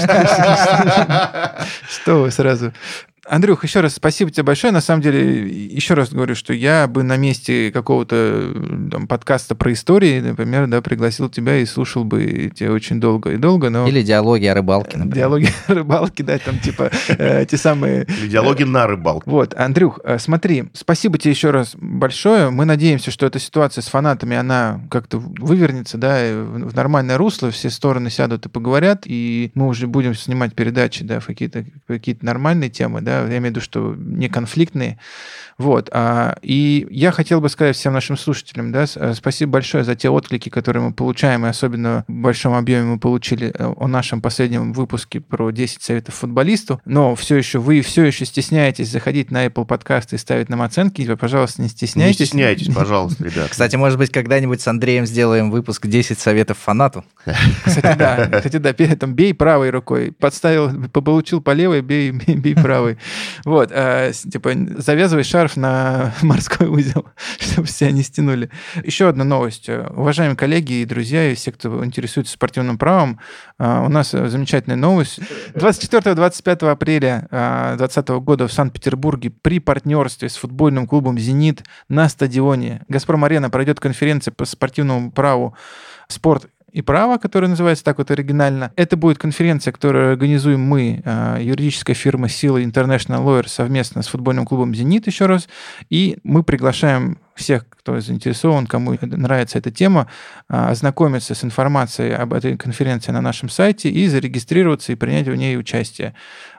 Что вы сразу... Андрюх, еще раз спасибо тебе большое. На самом деле, еще раз говорю, что я бы на месте какого-то там, подкаста про истории, например, да, пригласил тебя и слушал бы тебя очень долго и долго. Но... Или диалоги о рыбалке, например. Диалоги о рыбалке, да, там типа те самые... Или диалоги на рыбалке. Вот, Андрюх, смотри, спасибо тебе еще раз большое. Мы надеемся, что эта ситуация с фанатами, она как-то вывернется, да, в нормальное русло, все стороны сядут и поговорят, и мы уже будем снимать передачи, да, в какие-то, какие-то нормальные темы, да, я имею в виду, что не конфликтные. Вот. И я хотел бы сказать всем нашим слушателям, да, спасибо большое за те отклики, которые мы получаем, и особенно в большом объеме мы получили о нашем последнем выпуске про десять советов футболисту. Но все еще вы все еще стесняетесь заходить на Apple Podcast и ставить нам оценки. Пожалуйста, не стесняйтесь. Не стесняйтесь, пожалуйста, ребят. Кстати, может быть, когда-нибудь с Андреем сделаем выпуск десять советов фанату. Кстати, да. Кстати, да. Там бей правой рукой. Подставил, получил по левой, бей, бей правой. Вот. Типа завязывай шар на морской узел, чтобы себя не стянули. Еще одна новость. Уважаемые коллеги и друзья, и все, кто интересуется спортивным правом, у нас замечательная новость. двадцать четвёртого — двадцать пятого апреля две тысячи двадцатого года в Санкт-Петербурге при партнерстве с футбольным клубом «Зенит» на стадионе «Газпром-Арена» пройдет конференция по спортивному праву «Спорт и право», которая называется так вот оригинально. Это будет конференция, которую организуем мы, юридическая фирма Сила International Lawyers, совместно с футбольным клубом «Зенит», еще раз. И мы приглашаем всех, кто заинтересован, кому нравится эта тема, ознакомиться с информацией об этой конференции на нашем сайте и зарегистрироваться и принять в ней участие.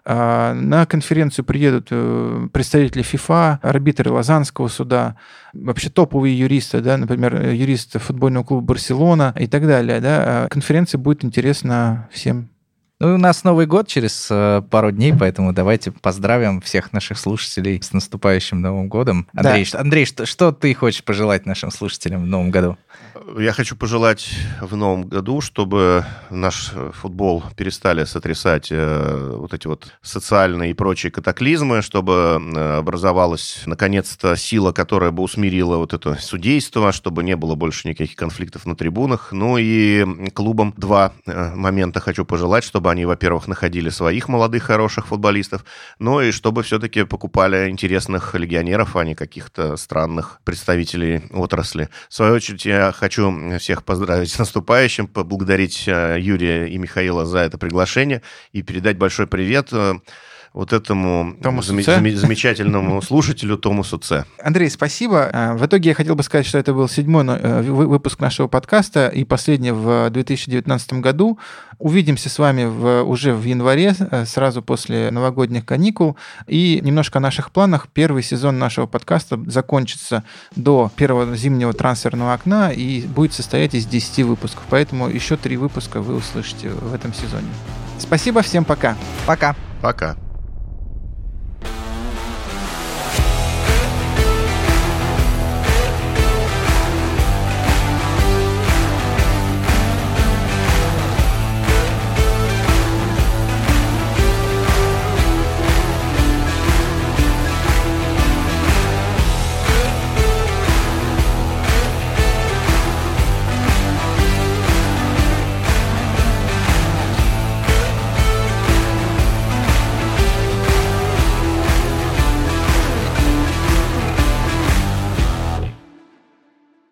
На конференцию приедут представители ФИФА, арбитры Лозаннского суда, вообще топовые юристы, да, например, юрист футбольного клуба «Барселона» и так далее. Да. Конференция будет интересна всем. Ну, у нас Новый год через э, пару дней, поэтому давайте поздравим всех наших слушателей с наступающим Новым годом. Андрей, да. что, Андрей что, что ты хочешь пожелать нашим слушателям в Новом году? Я хочу пожелать в Новом году, чтобы наш футбол перестали сотрясать э, вот эти вот социальные и прочие катаклизмы, чтобы образовалась, наконец-то, сила, которая бы усмирила вот это судейство, чтобы не было больше никаких конфликтов на трибунах. Ну и клубам два э, момента хочу пожелать, чтобы они, во-первых, находили своих молодых, хороших футболистов, но и чтобы все-таки покупали интересных легионеров, а не каких-то странных представителей отрасли. В свою очередь, я хочу всех поздравить с наступающим, поблагодарить Юрия и Михаила за это приглашение и передать большой привет вот этому зам- зам- замечательному слушателю Томасу Ц. Андрей, спасибо. В итоге я хотел бы сказать, что это был седьмой выпуск нашего подкаста и последний в две тысячи девятнадцатом году. Увидимся с вами в, уже в январе, сразу после новогодних каникул. И немножко о наших планах. Первый сезон нашего подкаста закончится до первого зимнего трансферного окна и будет состоять из десяти выпусков. Поэтому еще три выпуска вы услышите в этом сезоне. Спасибо, всем пока. Пока. Пока.